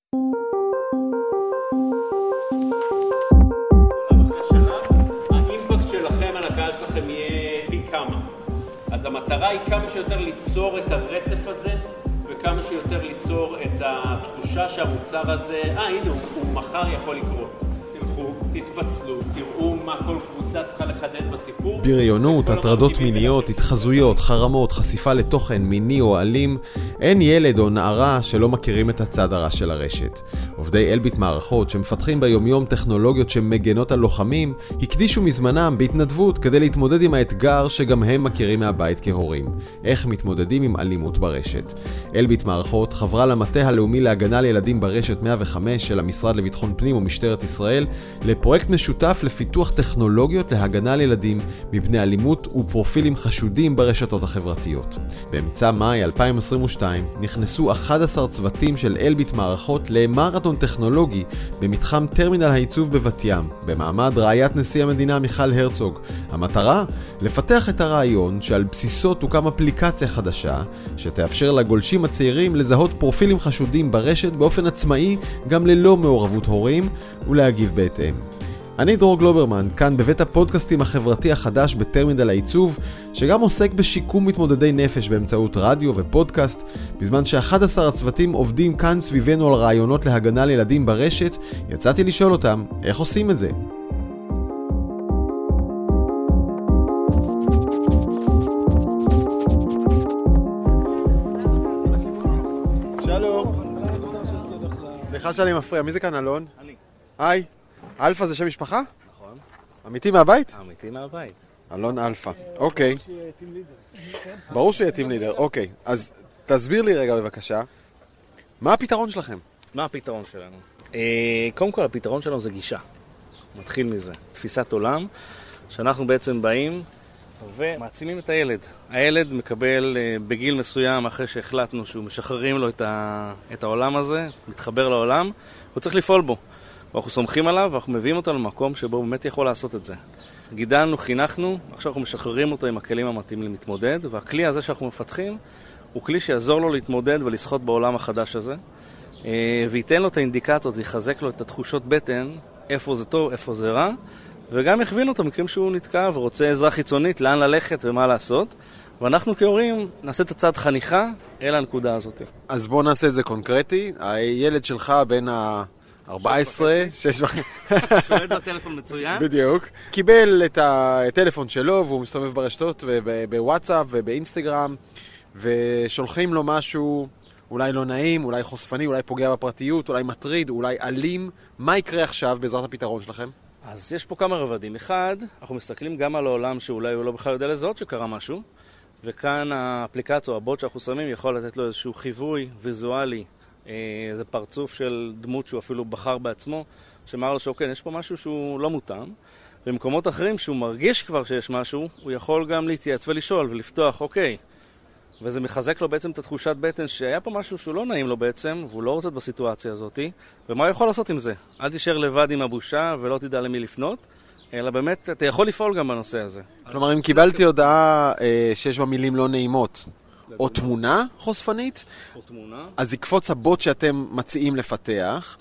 האימפקט שלכם על הקהל שלכם יהיה פי כמה. אז המטרה היא כמה שיותר ליצור את הרצף הזה, וכמה שיותר ליצור את התחושה שהמוצר הזה, הנה, הוא מחר יכול לקרות. תלכו, תתפצלו, תראו מה כל קבוצה צריכה לחדד בסיפור. בריונות, הטרדות מיניות, התחזויות, חרמות, חשיפה לתוכן מיני או אלים, אין ילד או נערה שלא מכירים את הצד הרע של הרשת. עובדי אלביט מערכות שמפתחים ביומיום טכנולוגיות שמגנות על לוחמים, הקדישו מזמנם בהתנדבות כדי להתמודד עם האתגר שגם הם מכירים מהבית כהורים. איך מתמודדים עם אלימות ברשת. אלביט מערכות חברה למטה הלאומי להגנה לילדים ברשת 105 של המשרד לביטחון פנים ומשטרת ישראל, לפרויקט משותף לפיתוח טכנולוגיות להגנה על ילדים מפני אלימות ופרופילים חשודים ברשתות החברתיות. באמצע מאי 2022 נכנסו 11 צוותים של אלביט מערכות למרתון טכנולוגי במתחם טרמינל העיצוב בבת ים, במעמד רעיית נשיא המדינה מיכל הרצוג. המטרה? לפתח את הרעיון שעל בסיסו תוקם אפליקציה חדשה שתאפשר לגולשים הצעירים לזהות פרופילים חשודים ברשת באופן עצמאי גם ללא מעורבות הורים ולהגיב בהתאם. אני דרור גלוברמן, כאן בבית הפודקאסטים החברתי החדש בטרמינל העיצוב, שגם עוסק בשיקום מתמודדי נפש באמצעות רדיו ופודקאסט, בזמן ש11 הצוותים עובדים כאן סביבנו על רעיונות להגנה לילדים ברשת, יצאתי לשאול אותם איך עושים את זה. שלום. סליחה שאני מפריע, מי זה כאן אלון? אני. היי. אלפא זה שם משפחה? נכון. אמיתי מהבית? אמיתי מהבית. אלון אלפא. אוקיי. ברור שיהיה טים לידר. אוקיי. אז תסביר לי רגע בבקשה, מה הפתרון שלכם? מה הפתרון שלנו? קודם כל הפתרון שלנו זה גישה. מתחיל מזה. תפיסת עולם, שאנחנו בעצם באים ומעצימים את הילד. הילד מקבל בגיל מסוים, אחרי שהחלטנו שהוא משחררים לו את העולם הזה, מתחבר לעולם, הוא צריך לפעול בו. ואנחנו סומכים עליו, ואנחנו מביאים אותו למקום שבו הוא באמת יכול לעשות את זה. גידלנו, חינכנו, עכשיו אנחנו משחררים אותו עם הכלים המתאימים להתמודד, והכלי הזה שאנחנו מפתחים הוא כלי שיעזור לו להתמודד ולשחות בעולם החדש הזה, וייתן לו את האינדיקציות, ויחזק לו את התחושות בטן, איפה זה טוב, איפה זה רע, וגם יכווין אותו מקרים שהוא נתקע ורוצה עזרה חיצונית, לאן ללכת ומה לעשות, ואנחנו כהורים נעשה את הצד חניכה אל הנקודה הזאת. אז בוא נעשה את זה קונקרטי. הילד שלך בין 14, 6 וחצי. שולט בטלפון מצוין. בדיוק. קיבל את הטלפון שלו והוא מסתובב ברשתות ובוואטסאפ ובאינסטגרם, ושולחים לו משהו אולי לא נעים, אולי חושפני, אולי פוגע בפרטיות, אולי מטריד, אולי אלים. מה יקרה עכשיו בעזרת הפתרון שלכם? אז יש פה כמה רבדים. אחד, אנחנו מסתכלים גם על העולם שאולי הוא לא בכלל יודע לזהות שקרה משהו, וכאן האפליקציה או הבוט שאנחנו שמים יכול לתת לו איזשהו חיווי ויזואלי, איזה פרצוף של דמות שהוא אפילו בחר בעצמו, שמראה לו שאוקיי, יש פה משהו שהוא לא מותאם. במקומות אחרים שהוא מרגיש כבר שיש משהו, הוא יכול גם להתייעץ ולשאול ולפתוח, אוקיי. וזה מחזק לו בעצם את התחושת בטן שהיה פה משהו שהוא לא נעים לו בעצם, והוא לא רוצה בסיטואציה הזאת, ומה הוא יכול לעשות עם זה? אל תישאר לבד עם הבושה ולא תדע למי לפנות, אלא באמת אתה יכול לפעול גם בנושא הזה. כלומר, אם קיבלתי הודעה שיש בה מילים לא נעימות, או תמונה חושפנית, אז יקפוץ הבוט שאתם מציעים לפתח,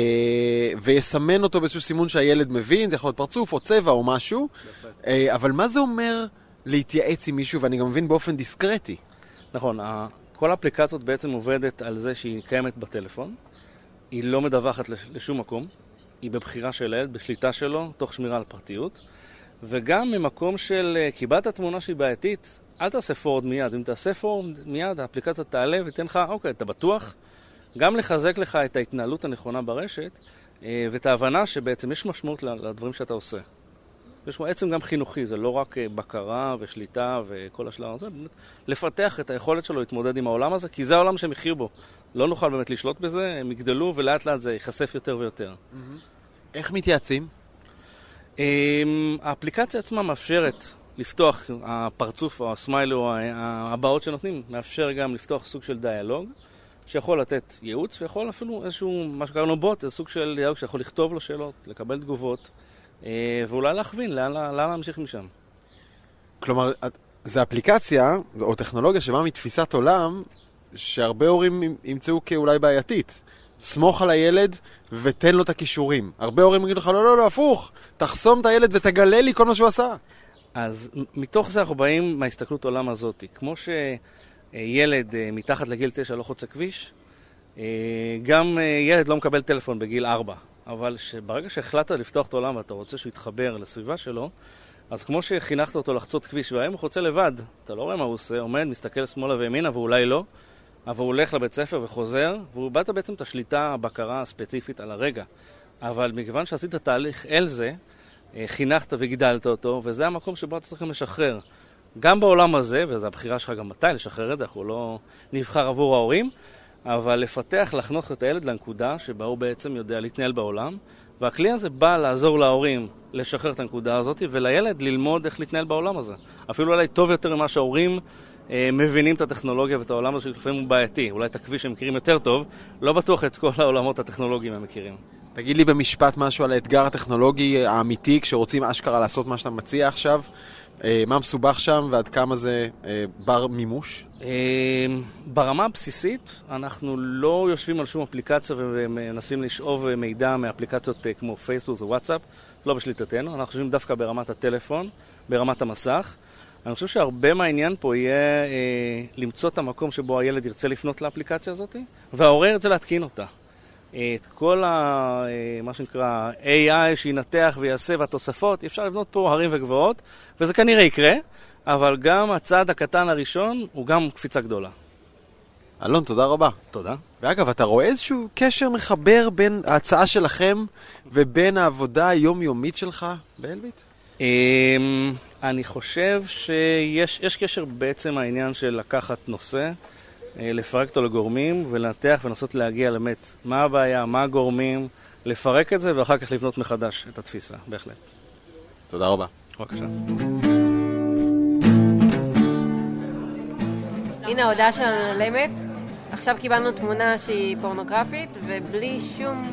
ויסמן אותו באיזשהו סימון שהילד מבין, זה יכול להיות פרצוף או צבע או משהו, אבל מה זה אומר להתייעץ עם מישהו, ואני גם מבין באופן דיסקרטי? נכון, כל האפליקציות בעצם עובדת על זה שהיא קיימת בטלפון, היא לא מדווחת לשום מקום, היא בבחירה של הילד, בשליטה שלו, תוך שמירה על פרטיות, וגם ממקום של קיבלת תמונה שהיא בעייתית, אל תעשה פורד מיד. אם תעשה פורד מיד, האפליקציה תעלה ותן לך, אוקיי, אתה בטוח, גם לחזק לך את ההתנהלות הנכונה ברשת, ואת ההבנה שבעצם יש משמעות לדברים שאתה עושה. יש בעצם גם חינוכי, זה לא רק בקרה ושליטה וכל השלב הזה, באמת לפתח את היכולת שלו להתמודד עם העולם הזה, כי זה העולם שהם יחיו בו. לא נוכל באמת לשלוט בזה, הם יגדלו ולאט לאט זה ייחשף יותר ויותר. איך מתייעצים? האפליקציה עצמה מאפשרת לפתוח, הפרצוף או הסמייל או הבאות שנותנים, מאפשר גם לפתוח סוג של דיאלוג, שיכול לתת ייעוץ, ויכול אפילו איזשהו, מה שקראנו בוט, זה סוג של דיאלוג שיכול לכתוב לו שאלות, לקבל תגובות, ואולי להכווין, לאן להמשיך משם. כלומר, זו אפליקציה או טכנולוגיה שבאה מתפיסת עולם שהרבה הורים ימצאו כאולי בעייתית. סמוך על הילד ותן לו את הכישורים. הרבה הורים יגידו לך, לא, הפוך, תחסום את הילד ותגלה לי כל מה שהוא עשה. אז מתוך זה אנחנו באים מההסתכלות עולם הזאת. כמו שילד מתחת לגיל 9 לא חוצה כביש, גם ילד לא מקבל טלפון בגיל 4. אבל ברגע שהחלטת לפתוח את העולם ואתה רוצה שהוא יתחבר לסביבה שלו, אז כמו שחינכת אותו לחצות כביש והיום הוא חוצה לבד, אתה לא רואה מה הוא עושה, עומד, מסתכל שמאלה וימינה ואולי לא, אבל הוא הולך לבית ספר וחוזר, והוא באת בעצם את השליטה, הבקרה הספציפית על הרגע. אבל מכיוון שעשית תהליך אל זה, חינכת וגידלת אותו, וזה המקום שבו אתה צריך גם לשחרר. גם בעולם הזה, וזו הבחירה שלך גם מתי לשחרר את זה, אנחנו לא נבחר עבור ההורים, אבל לפתח, לחנוך את הילד לנקודה שבה הוא בעצם יודע להתנהל בעולם, והכלי הזה בא לעזור להורים לשחרר את הנקודה הזאת, ולילד ללמוד איך להתנהל בעולם הזה. אפילו אולי טוב יותר ממה שההורים מבינים את הטכנולוגיה ואת העולם הזה שלפעמים הוא בעייתי. אולי את הכביש הם מכירים יותר טוב, לא בטוח את כל העולמות הטכנולוגיים הם מכירים. תגיד לי במשפט משהו על האתגר הטכנולוגי האמיתי, כשרוצים אשכרה לעשות מה שאתה מציע עכשיו. מה מסובך שם ועד כמה זה בר מימוש? ברמה הבסיסית, אנחנו לא יושבים על שום אפליקציה ומנסים לשאוב מידע מאפליקציות כמו פייסבוק או וואטסאפ, לא בשליטתנו. אנחנו יושבים דווקא ברמת הטלפון, ברמת המסך. אני חושב שהרבה מהעניין פה יהיה למצוא את המקום שבו הילד ירצה לפנות לאפליקציה הזאת, וההורה ירצה להתקין אותה. את כל מה שנקרא AI שינתח ויעשה והתוספות, אפשר לבנות פה הרים וגבעות, וזה כנראה יקרה, אבל גם הצעד הקטן הראשון הוא גם קפיצה גדולה. אלון, תודה רבה. תודה. ואגב, אתה רואה איזשהו קשר מחבר בין ההצעה שלכם ובין העבודה היומיומית שלך באלביט? אני חושב שיש קשר בעצם העניין של לקחת נושא, לפרק אותו לגורמים ולנתח ולנסות להגיע באמת מה הבעיה, מה הגורמים, לפרק את זה ואחר כך לבנות מחדש את התפיסה, בהחלט. תודה רבה. בבקשה. הנה ההודעה שלנו נעלמת. עכשיו קיבלנו תמונה שהיא פורנוגרפית ובלי שום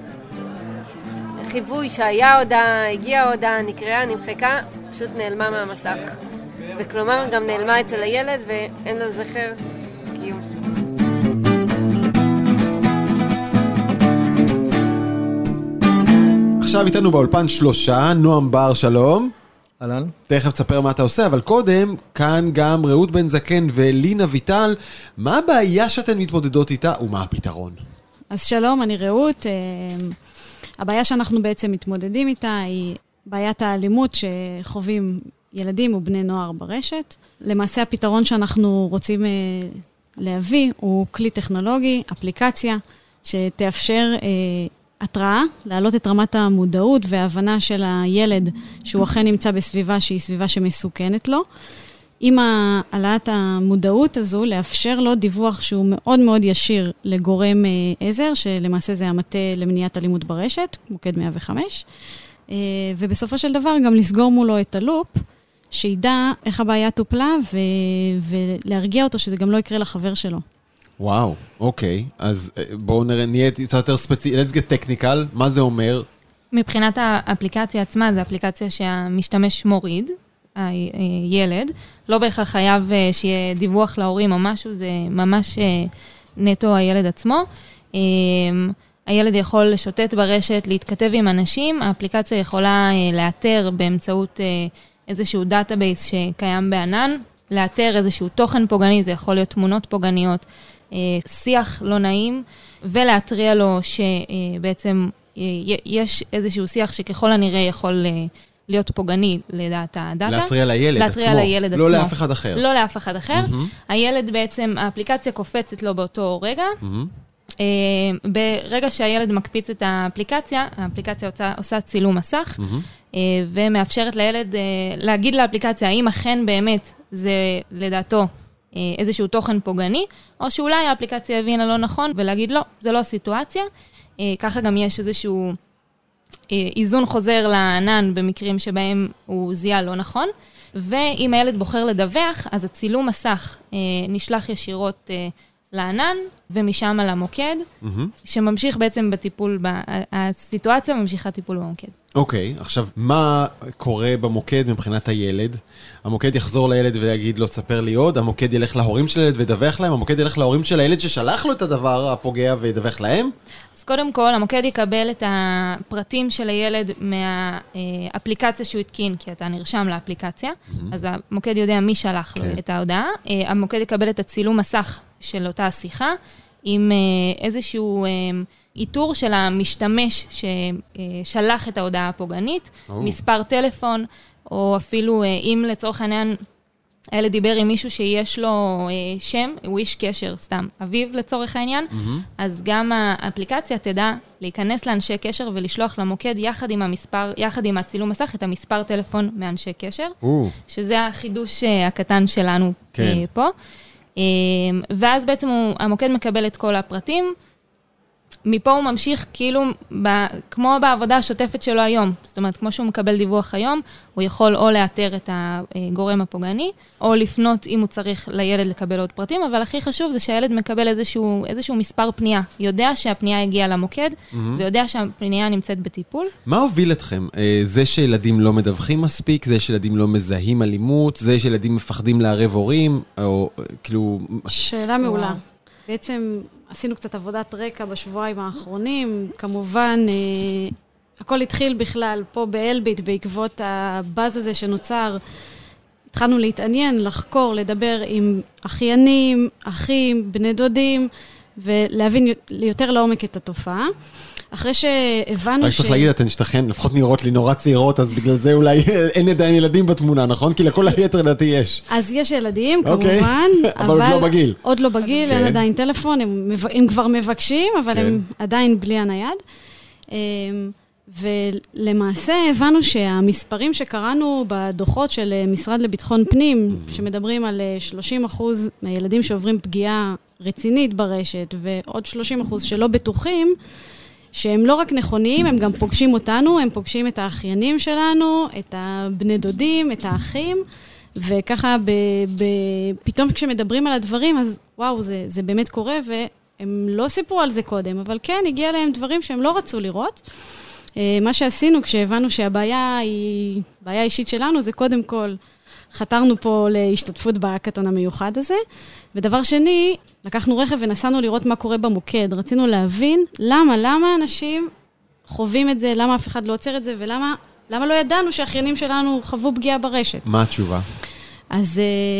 חיווי שהיה הודעה, הגיעה הודעה, נקראה, נמחקה, פשוט נעלמה מהמסך. וכלומר גם נעלמה אצל הילד ואין לה זכר קיום. עכשיו איתנו באולפן 3, נועם בר, שלום. אהלן. תכף תספר מה אתה עושה, אבל קודם, כאן גם רעות בן זקן ולינה ויטל. מה הבעיה שאתן מתמודדות איתה ומה הפתרון? אז שלום, אני רעות. הבעיה שאנחנו בעצם מתמודדים איתה היא בעיית האלימות שחווים ילדים ובני נוער ברשת. למעשה הפתרון שאנחנו רוצים להביא הוא כלי טכנולוגי, אפליקציה, שתאפשר התראה, להעלות את רמת המודעות וההבנה של הילד שהוא אכן נמצא בסביבה שהיא סביבה שמסוכנת לו. עם העלאת המודעות הזו, לאפשר לו דיווח שהוא מאוד מאוד ישיר לגורם עזר, שלמעשה זה המטה למניעת אלימות ברשת, מוקד 105, ובסופו של דבר גם לסגור מולו את הלופ, שידע איך הבעיה טופלה, ולהרגיע אותו שזה גם לא יקרה לחבר שלו. וואו, אוקיי. אז בואו נהיה קצת יותר ספציפי, let's get technical, מה זה אומר? מבחינת האפליקציה עצמה, זו אפליקציה שהמשתמש מוריד, הילד, לא בהכרח חייב שיהיה דיווח להורים או משהו, זה ממש נטו הילד עצמו. הילד יכול לשוטט ברשת, להתכתב עם אנשים, האפליקציה יכולה לאתר באמצעות איזשהו דאטאבייס שקיים בענן, לאתר איזשהו תוכן פוגעני, זה יכול להיות תמונות פוגעניות, שיח לא נעים, ולהתריע לו שבעצם יש איזשהו שיח שככל הנראה יכול להיות פוגעני לדעת הדאטה. להתריע לילד עצמו. להתריע לילד עצמו. לא לאף אחד אחר. לא לאף אחד אחר. הילד בעצם, האפליקציה קופצת לו באותו רגע. ברגע שהילד מקפיץ את האפליקציה עושה צילום מסך, ומאפשרת לילד להגיד לאפליקציה האם אכן באמת זה לדעתו איזשהו תוכן פוגעני, או שאולי האפליקציה הבינה לא נכון, ולהגיד לא, זה לא הסיטואציה. ככה גם יש איזשהו איזון חוזר לענן במקרים שבהם הוא זיהה לא נכון, ואם הילד בוחר לדווח, אז הצילום מסך נשלח ישירות לענן, ומשם למוקד, שממשיך בעצם בטיפול, הסיטואציה ממשיכה טיפול במוקד. אוקיי, עכשיו, מה קורה במוקד מבחינת הילד? המוקד יחזור לילד ויגיד לו, תספר לי עוד, המוקד ילך להורים של הילד וידווח להם, המוקד ילך להורים של הילד ששלח לו את הדבר הפוגע וידווח להם? אז קודם כל, המוקד יקבל את הפרטים של הילד מהאפליקציה שהוא התקין, כי אתה נרשם לאפליקציה, אז המוקד יודע מי שלח לו את ההודעה, המוקד יקבל את הצילום מסך של אותה השיחה, עם איזשהו איתור של המשתמש ששלח את ההודעה הפוגענית, מספר טלפון, או אפילו אם לצורך העניין, הילד דיבר עם מישהו שיש לו שם, הוא איש קשר, סתם, אביו לצורך העניין, אז גם האפליקציה תדע להיכנס לאנשי קשר ולשלוח למוקד יחד עם הצילום מסך את המספר טלפון מאנשי קשר, שזה החידוש הקטן שלנו פה. ואז בעצם המוקד מקבל את כל הפרטים, מפה הוא ממשיך כאילו כמו בעבודה השוטפת שלו היום. זאת אומרת, כמו שהוא מקבל דיווח היום, הוא יכול או לאתר את הגורם הפוגעני, או לפנות אם הוא צריך לילד לקבל עוד פרטים, אבל הכי חשוב זה שהילד מקבל איזשהו מספר פנייה. יודע שהפנייה הגיעה למוקד, ויודע שהפנייה נמצאת בטיפול. מה הוביל אתכם? זה שילדים לא מדווחים מספיק, זה שילדים לא מזהים אלימות, זה שילדים מפחדים לערב הורים, או כאילו... שאלה מעולה. בעצם עשינו קצת עבודת רקע בשבועיים האחרונים, כמובן הכל התחיל בכלל פה באלביט בעקבות הבאז הזה שנוצר, התחלנו להתעניין, לחקור, לדבר עם אחיינים, אחים, בני דודים, ולהבין יותר לעומק את התופעה. אחרי שהבנו רק צריך להגיד, אתן שתכן, לפחות נראות לי נורא צעירות, אז בגלל זה אולי אין עדיין ילדים בתמונה, נכון? כי לכל היתר דעתי יש. אז יש ילדים, כמובן, אבל עוד לא בגיל. עוד לא בגיל, אין עדיין טלפון, הם כבר מבקשים, אבל הם עדיין בלי הנייד. ולמעשה הבנו שהמספרים שקראנו בדוחות של משרד לביטחון פנים, שמדברים על 30% מהילדים שעוברים פגיעה רצינית ברשת, ועוד 30% שלא בטוחים, שהם לא רק נכונים, הם גם פוגשים אותנו, הם פוגשים את האחיינים שלנו, את הבני דודים, את האחים, וככה פתאום כשמדברים על הדברים, אז וואו, זה באמת קורה, והם לא סיפרו על זה קודם, אבל כן, הגיע להם דברים שהם לא רצו לראות. מה שעשינו כשהבנו שהבעיה היא בעיה אישית שלנו, זה קודם כל, חתרנו פה להשתתפות בהקטון המיוחד הזה, ודבר שני, לקחנו רכב ונסענו לראות מה קורה במוקד. רצינו להבין למה אנשים חווים את זה, למה אף אחד לא עוצר את זה, ולמה לא ידענו שהאחיינים שלנו חוו פגיעה ברשת. מה התשובה? אז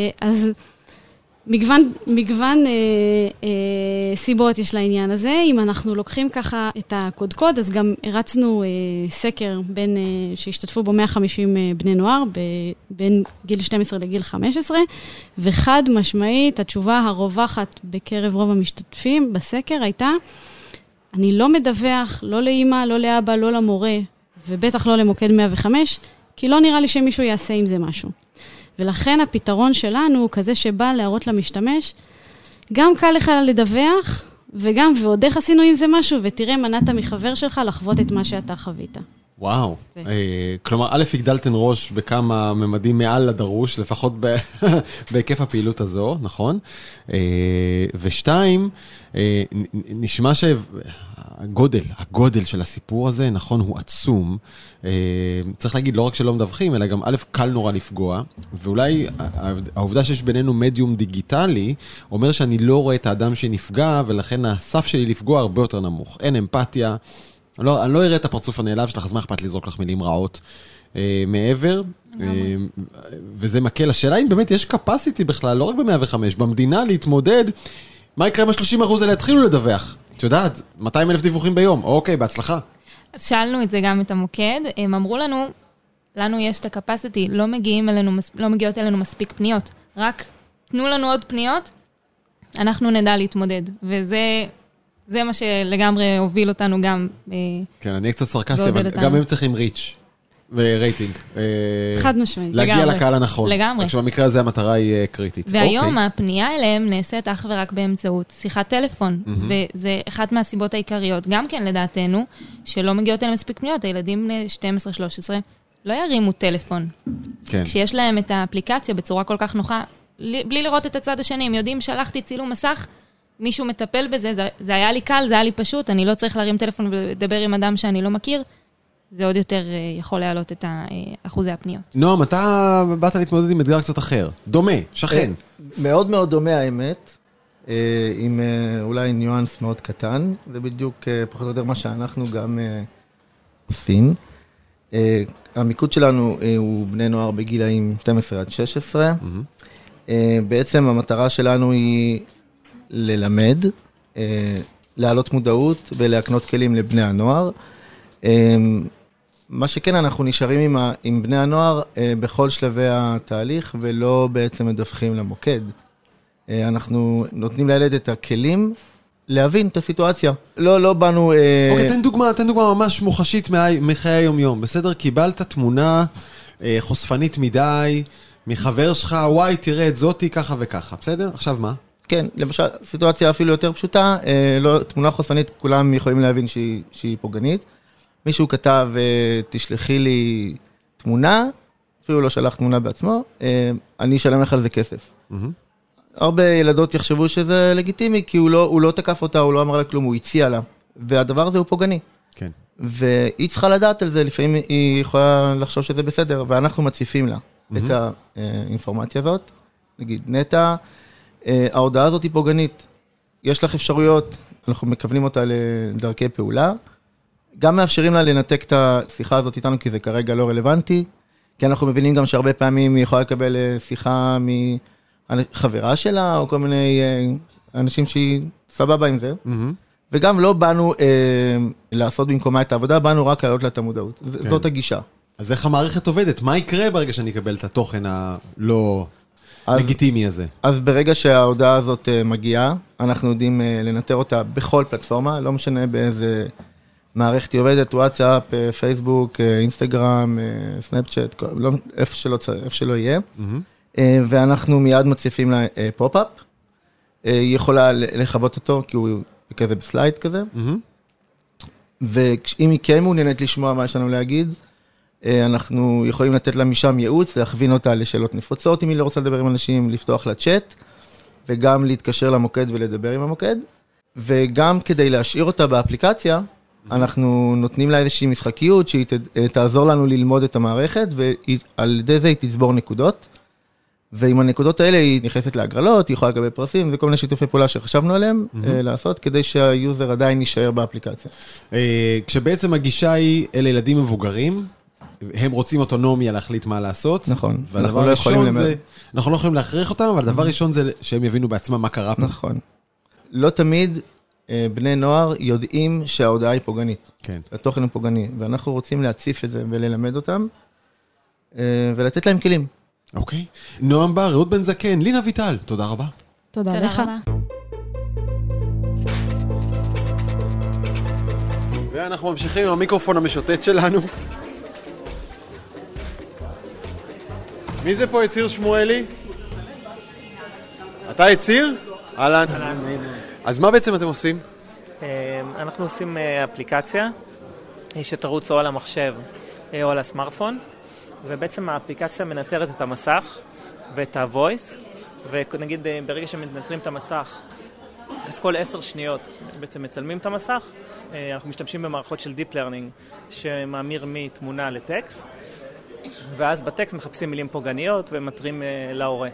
מגוון סיבות יש לעניין הזה. אם אנחנו לוקחים ככה את הקודקוד, אז גם הרצנו סקר שהשתתפו בו 150 בני נוער, בין גיל 12 לגיל 15, וחד משמעית, התשובה הרווחת בקרב רוב המשתתפים בסקר הייתה, אני לא מדווח, לא לאמא, לא לאבא, לא למורה, ובטח לא למוקד 105, כי לא נראה לי שמישהו יעשה עם זה משהו. ולכן הפתרון שלנו הוא כזה שבא להראות למשתמש, גם קל לך לדווח, ועוד איך עשינו עם זה משהו, ותראה, מנעת מחבר שלך לחוות את מה שאתה חווית. וואו. כלומר, א', הגדלתן ראש בכמה ממדים מעל לדרוש, לפחות בהיקף הפעילות הזו, נכון? ושתיים, נשמע הגודל של הסיפור הזה, נכון, הוא עצום. צריך להגיד, לא רק שלא מדווחים, אלא גם א', קל נורא לפגוע, ואולי העובדה שיש בינינו מדיום דיגיטלי, אומר שאני לא רואה את האדם שנפגע, ולכן הסף שלי לפגוע הרבה יותר נמוך. אין אמפתיה, אני לא אראה את הפרצוף הנעלב שלך, אז מה אכפת לזרוק לך מילים רעות מעבר, וזה מקל. השאלה אם באמת יש קפסיטי בכלל, לא רק ב-105, במדינה להתמודד, מה יקרה אם ה-30% האלה התחילו לדווח? את יודעת, 200,000 דיווחים ביום, אוקיי, בהצלחה. אז שאלנו את זה גם את המוקד, הם אמרו לנו יש את הקפסיטי, לא מגיעות אלינו מספיק פניות, רק תנו לנו עוד פניות, אנחנו נדע להתמודד, זה מה שלגמרי הוביל אותנו גם. כן, אני קצת סרקסטי, אבל גם הם צריכים ריץ' ורייטינג. חד משמעית. להגיע לקהל הנכון. לגמרי. כשבמקרה הזה המטרה היא קריטית. והיום הפנייה אליהם נעשית אך ורק באמצעות שיחת טלפון, וזה אחת מהסיבות העיקריות, גם כן לדעתנו, שלא מגיעות אליהם מספיק פניות, הילדים 12-13 לא ירימו טלפון. כן. כשיש להם את האפליקציה בצורה כל כך נוחה, בלי לראות את הצד השני, הם יודעים שלחתי צילום מסך, מישהו מטפל בזה, זה היה לי קל, זה היה לי פשוט, אני לא צריך להרים טלפון ולדבר עם אדם שאני לא מכיר, זה עוד יותר יכול להעלות את אחוזי הפניות. נועם, אתה באת להתמודד עם אתגר קצת אחר. דומה, שכן. מאוד מאוד דומה האמת, עם אולי ניואנס מאוד קטן, זה בדיוק פחות או יותר מה שאנחנו גם עושים. המיקוד שלנו הוא בני נוער בגילאים 12 עד 16. בעצם המטרה שלנו היא ללמד, להעלות מודעות ולהקנות כלים לבני הנוער. מה שכן, אנחנו נשארים עם בני הנוער בכל שלבי התהליך ולא בעצם מדווחים למוקד. אנחנו נותנים לילד את הכלים להבין את הסיטואציה. לא באנו... אוקיי, תן דוגמה ממש מוחשית מחיי היום-יום. בסדר? קיבלת תמונה חושפנית מדי מחבר שלך, וואי, תראה את זאתי ככה וככה. בסדר? עכשיו מה? כן, למשל, סיטואציה אפילו יותר פשוטה, תמונה חושפנית, כולם יכולים להבין שהיא פוגענית. מישהו כתב, תשלחי לי תמונה, אפילו לא שלח תמונה בעצמו, אני אשלם לך על זה כסף. הרבה ילדות יחשבו שזה לגיטימי, כי הוא לא תקף אותה, הוא לא אמר לה כלום, הוא הציע לה. והדבר הזה הוא פוגעני. כן. והיא צריכה לדעת על זה, לפעמים היא יכולה לחשוב שזה בסדר, ואנחנו מציפים לה את האינפורמציה הזאת. נגיד, נטע, ההודעה הזאת היא פוגענית. יש לך אפשרויות, אנחנו מכוונים אותה לדרכי פעולה. גם מאפשרים לה לנתק את השיחה הזאת איתנו, כי זה כרגע לא רלוונטי. כי אנחנו מבינים גם שהרבה פעמים היא יכולה לקבל שיחה מחברה שלה, או כל מיני אנשים שהיא סבבה עם זה. וגם לא באנו לעשות במקומה את העבודה, באנו רק להעלות לה את המודעות. זאת הגישה. אז איך המערכת עובדת? מה יקרה ברגע שאני אקבל את התוכן הלא לגיטימי הזה? אז ברגע שההודעה הזאת מגיעה, אנחנו יודעים לנטר אותה בכל פלטפורמה, לא משנה באיזה מערכת היא עובדת, וואטסאפ, פייסבוק, אינסטגרם, סנאפצ'אט, איפה שלא יהיה. ואנחנו מיד מציפים לה פופ-אפ. היא יכולה לחבות אותו, כי הוא כזה בסלייד כזה. ואם היא כן מעוניינת לשמוע מה יש לנו להגיד, אנחנו יכולים לתת לה משם ייעוץ, להכווין אותה לשאלות נפוצות, אם היא לא רוצה לדבר עם אנשים, לפתוח לה צ'אט, וגם להתקשר למוקד ולדבר עם המוקד. וגם כדי להשאיר אותה באפליקציה, אנחנו נותנים לה איזושהי משחקיות, שהיא תעזור לנו ללמוד את המערכת, ועל ידי זה היא תצבור נקודות. ועם הנקודות האלה היא נכנסת להגרלות, היא יכולה לקבל פרסים, זה כל מיני שיתופי פעולה שחשבנו עליהם לעשות, כדי שהיוזר עדיין יישאר באפליקציה. כשבעצם הגישה היא אלה ילדים מבוגרים, הם רוצים אוטונומיה להחליט מה לעשות. נכון. והדבר ראשון זה, אנחנו לא יכולים להכריח אותם, אבל הדבר ראשון זה שהם יבינו בעצמם מה קרה פה. נכון. לא תמיד בני נוער יודעים שההודעה היא פוגענית. כן. התוכן הוא פוגעני, ואנחנו רוצים להציף את זה וללמד אותם, ולתת להם כלים. אוקיי. נועם בר, רעות בן זקן, לינה ויטל, תודה רבה. תודה לך. ואנחנו ממשיכים עם המיקרופון המשוטט שלנו. מי זה פה, יציר שמואלי? אתה יציר? אהלן. אז מה בעצם אתם עושים? אנחנו עושים אפליקציה שתרוץ או על המחשב או על הסמארטפון, ובעצם האפליקציה מנטרת את המסך ואת ה-voice, ונגיד ברגע שמנטרים את המסך, אז כל 10 שניות בעצם מצלמים את המסך. אנחנו משתמשים במערכות של Deep Learning שמאמיר מתמונה לטקסט, ואז בטקסט מחפשים מילים פוגעניות ומטרים להורה.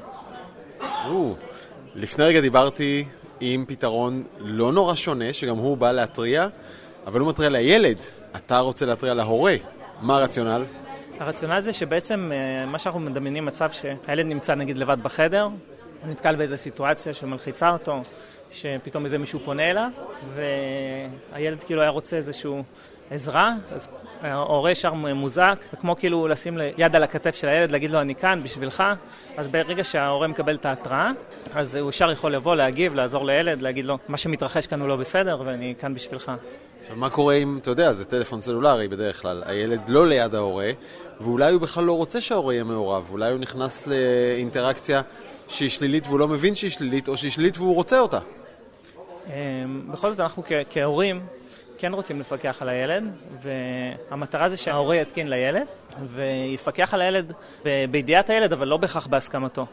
לפני רגע דיברתי עם פתרון לא נורא שונה, שגם הוא בא להטריע, אבל הוא מטריע לילד. אתה רוצה להטריע להורה. מה הרציונל? הרציונל זה שבעצם מה שאנחנו מדמיינים מצב שהילד נמצא נגיד לבד בחדר, הוא נתקל באיזו סיטואציה שמלחיצה אותו, שפתאום איזה מישהו פונה אליו, והילד כאילו היה רוצה איזשהו עזרה, אז ההורה ישר מוזק, וכמו כאילו לשים יד על הכתף של הילד, להגיד לו אני כאן בשבילך, אז ברגע שההורה מקבל את ההתראה, אז הוא ישר יכול לבוא, להגיב, לעזור לילד, להגיד לו מה שמתרחש כאן הוא לא בסדר ואני כאן בשבילך. עכשיו מה קורה אם, אתה יודע, זה טלפון סלולרי בדרך כלל, הילד לא ליד ההורה, ואולי הוא בכלל לא רוצה שההורה יהיה מעורב, אולי הוא נכנס לאינטראקציה שהיא שלילית והוא לא מבין שהיא שלילית, או שהיא שלילית והוא רוצה אותה. בכל זאת אנחנו כהורים כן רוצים לפקח על הילד, והמטרה זה שההורה יתקין לילד, ויפקח על הילד בידיעת הילד, אבל לא בכך בהסכמתו.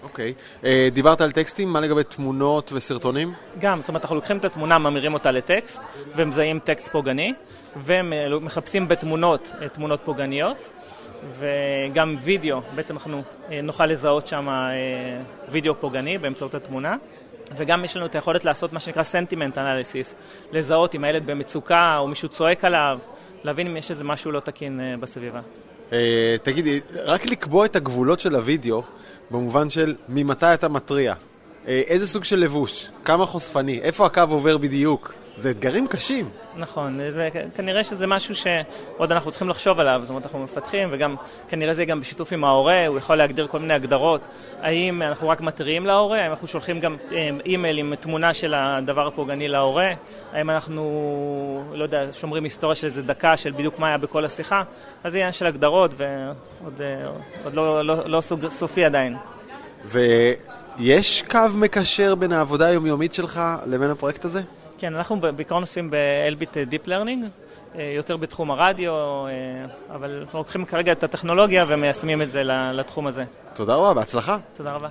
אוקיי. דיברת על טקסטים, מה לגבי תמונות וסרטונים? גם, זאת אומרת, אנחנו לוקחים את התמונה, ממירים אותה לטקסט, ומזהים טקסט פוגעני, ומחפשים בתמונות תמונות פוגעניות, וגם וידאו, בעצם אנחנו נוכל לזהות שם וידאו פוגעני באמצעות התמונה, וגם יש לנו את היכולת לעשות מה שנקרא sentiment analysis, לזהות אם הילד במצוקה או מישהו צועק עליו, להבין אם יש איזה משהו לא תקין בסביבה. תגידי, רק לקבוע את הגבולות של הוידאו, במובן של ממתי אתה מטריע, איזה סוג של לבוש, כמה חושפני, איפה הקו עובר בדיוק, זה אתגרים קשים. נכון, כנראה שזה משהו שעוד אנחנו צריכים לחשוב עליו, זאת אומרת אנחנו מפתחים, וגם כנראה זה גם בשיתוף עם ההורה, הוא יכול להגדיר כל מיני הגדרות, האם אנחנו רק מטריעים להורה, האם אנחנו שולחים גם אימייל עם תמונה של הדבר הפוגעני להורה, האם אנחנו, לא יודע, שומרים היסטוריה של איזה דקה של בדיוק מה היה בכל השיחה, אז זה עניין של הגדרות, ועוד לא סופי עדיין. ויש קו מקשר בין העבודה היומיומית שלך לבין הפרויקט הזה? כן, אנחנו בעיקרון עושים באלביט דיפ לרנינג, יותר בתחום הרדיו, אבל אנחנו לוקחים כרגע את הטכנולוגיה ומיישמים את זה לתחום הזה. תודה רבה, בהצלחה. תודה רבה.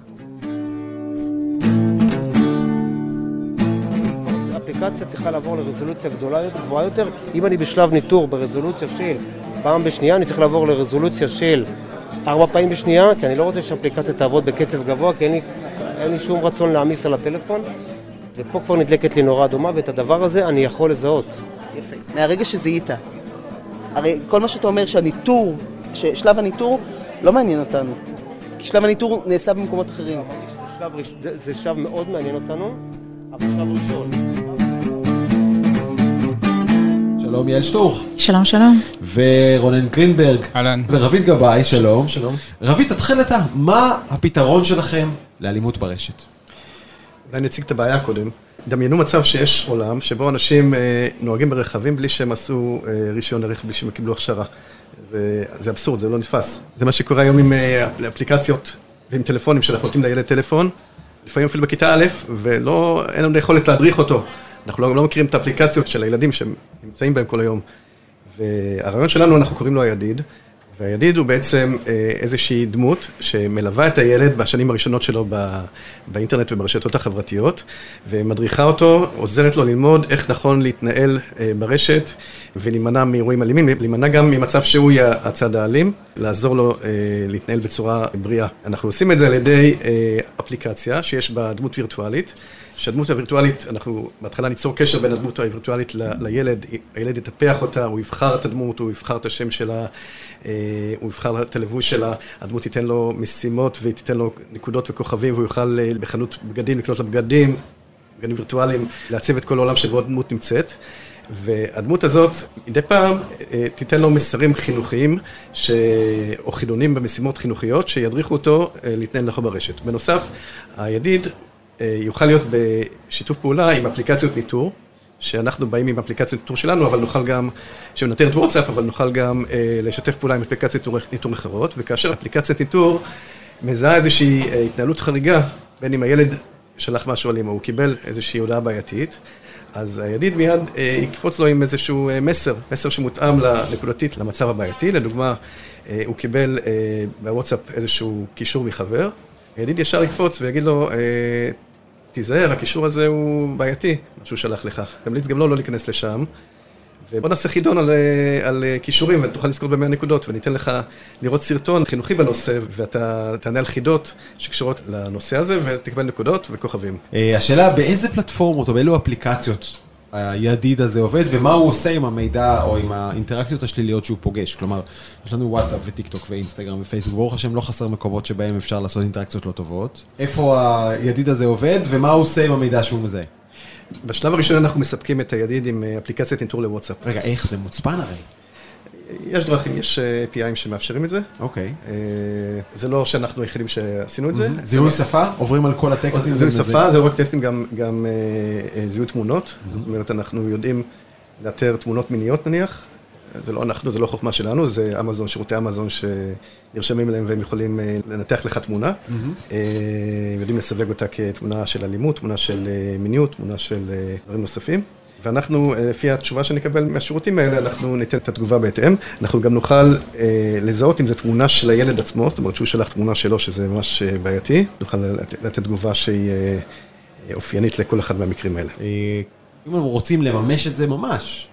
האפליקציה צריכה לעבור לרזולוציה גבוהה יותר. אם אני בשלב ניטור ברזולוציה של פעם בשנייה, אני צריך לעבור לרזולוציה של 4 פעמים בשנייה, כי אני לא רוצה שהאפליקציה תעבוד בקצב גבוה, כי אין לי שום רצון להעמיס על הטלפון. ופה כבר נדלקת לי נורא דומה, ואת הדבר הזה אני יכול לזהות. יפה. מהרגע שזיהית. הרי כל מה שאתה אומר שהניטור, ששלב הניטור לא מעניין אותנו. כי שלב הניטור נעשה במקומות אחרים. זה שלב מאוד מעניין אותנו, אבל שלב ראשון. שלום יעל שטוך. שלום, שלום. ורונן קרינברג. אהלן. ורבית גבאי, שלום. שלום. רבית, תתחיל אתה. מה הפתרון שלכם לאלימות ברשת? אולי נציג את הבעיה קודם. דמיינו מצב שיש עולם שבו אנשים נוהגים ברכבים בלי שהם עשו רישיון הרכב, בלי שהם קיבלו הכשרה. זה אבסורד, זה לא נתפס. זה מה שקורה היום עם אפליקציות ועם טלפונים שאנחנו נותנים לילד טלפון, לפעמים אפילו בכיתה א', ואין לנו יכולת להדריך אותו. אנחנו לא מכירים את האפליקציות של הילדים שנמצאים בהם כל היום. והרעיון שלנו, אנחנו קוראים לו הידיד, והידיד הוא בעצם איזושהי דמות שמלווה את הילד בשנים הראשונות שלו באינטרנט וברשתות החברתיות, ומדריכה אותו, עוזרת לו ללמוד איך נכון להתנהל ברשת, ולהימנע מאירועים אלימים, להימנע גם ממצב שהוא יהיה הצד האלים, לעזור לו להתנהל בצורה בריאה. אנחנו עושים את זה על ידי אפליקציה שיש בה דמות וירטואלית, שהדמות הווירטואלית, אנחנו בהתחלה ניצור קשר בין הדמות הווירטואלית לילד, הילד יטפח אותה, הוא יבחר את הדמות, הוא יבחר את השם שלה, הוא יבחר את הלבוש שלה, הדמות תיתן לו משימות ותיתן לו נקודות וכוכבים, והוא יוכל בחנות בגדים לקנות לבגדים, בגדים וירטואליים, לעצב את כל העולם שבו הדמות נמצאת. והדמות הזאת, מדי פעם, תיתן לו מסרים חינוכיים, או חידונים במשימות חינוכיות, שידריכו אותו להתנהל נכון ברשת. בנוסף, הידיד יוכל להיות בשיתוף פעולה עם אפליקציות ניטור, שאנחנו באים עם אפליקציות ניטור שלנו, אבל נוכל גם, שננטר את וואטסאפ, אבל נוכל גם לשתף פעולה עם אפליקציות ניטור אחרות, וכאשר אפליקציית ניטור מזהה איזושהי התנהלות חריגה, בין אם הילד שלח משהו אלים, או הוא קיבל איזושהי הודעה בעייתית, אז הידיד מיד יקפוץ לו עם איזשהו מסר שמותאם נקודתית למצב הבעייתי. לדוגמה, הוא קיבל בוואטסאפ איזשהו קישור מחבר, הידיד ישר יקפוץ ויגיד לו, תיזהר, הקישור הזה הוא בעייתי, משהו שלח לך. תמליץ גם לא להיכנס לשם, ובוא נעשה חידון על קישורים, ותוכל לזכור ב100 נקודות, וניתן לך לראות סרטון חינוכי בנושא, ואתה תענה על חידות שקשורות לנושא הזה, ותקבל נקודות וכוכבים. השאלה, באיזה פלטפורמות או באילו אפליקציות הידיד הזה עובד, ומה הוא עושה עם המידע או עם האינטראקציות השליליות שהוא פוגש? כלומר, יש לנו וואטסאפ וטיק טוק ואינסטגרם ופייסבוק, ברוך השם לא חסר מקומות שבהם אפשר לעשות אינטראקציות לא טובות. איפה הידיד הזה עובד, ומה הוא עושה עם המידע שהוא מזהה? בשלב הראשון אנחנו מספקים את הידיד עם אפליקציית ניטור לוואטסאפ. רגע, איך זה מוצפן הרי? יש דרכים, יש API'ים שמאפשרים את זה. אוקיי. זה לא שאנחנו היחידים שעשינו את זה. זיהוי שפה? עוברים על כל הטקסטים? זיהוי שפה, זה רק טקסטים, גם זיהוי תמונות. זאת אומרת, אנחנו יודעים לאתר תמונות מיניות נניח. זה לא אנחנו, זה לא חוכמה שלנו, זה אמזון, שירותי אמזון שנרשמים אליהם והם יכולים לנתח לך תמונה. יודעים לסווג אותה כתמונה של אלימות, תמונה של מיניות, תמונה של דברים נוספים. ואנחנו, לפי התשובה שנקבל מהשירותים האלה, אנחנו ניתן את התגובה בהתאם. אנחנו גם נוכל לזהות אם זו תמונה של הילד עצמו, זאת אומרת שהוא שלח תמונה שלו, שזה ממש בעייתי, נוכל לתת תגובה שהיא אופיינית לכל אחד מהמקרים האלה. אם אנחנו רוצים לממש את זה ממש,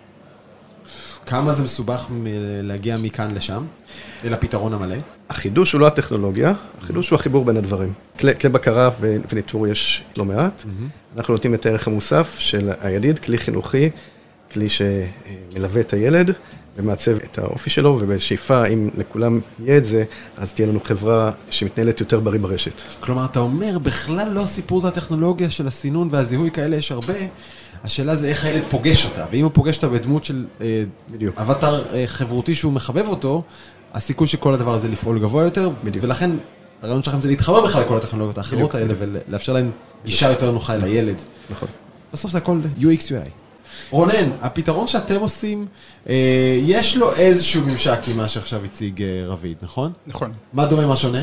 כמה זה מסובך להגיע מכאן לשם, אל הפתרון המלא? החידוש הוא לא הטכנולוגיה, החידוש הוא החיבור בין הדברים. כלי בקרה וניטור יש לא מעט. אנחנו נותנים את הערך המוסף של הידיד, כלי חינוכי, כלי שמלווה את הילד ומעצב את האופי שלו, ובשאיפה, אם לכולם יהיה את זה, אז תהיה לנו חברה שמתנהלת יותר בריא ברשת. כלומר, אתה אומר, בכלל לא סיפור זה הטכנולוגיה של הסינון והזיהוי, כאלה יש הרבה. השאלה זה איך הילד פוגש אותה, ואם הוא פוגש אותה בדמות של אבטר חברותי שהוא מחבב אותו, הסיכוי שכל הדבר הזה לפעול גבוה יותר, ולכן הרעיון שלכם זה להתחבר בכלל לכל הטכנולוגיות האחרות האלה, ולאפשר להם גישה יותר נוחה אל הילד. נכון. בסוף זה הכל UX UI. רונן, הפתרון שאתם עושים, יש לו איזשהו ממשק עם מה שעכשיו הציג רביד, נכון? נכון. מה דומה, מה שונה?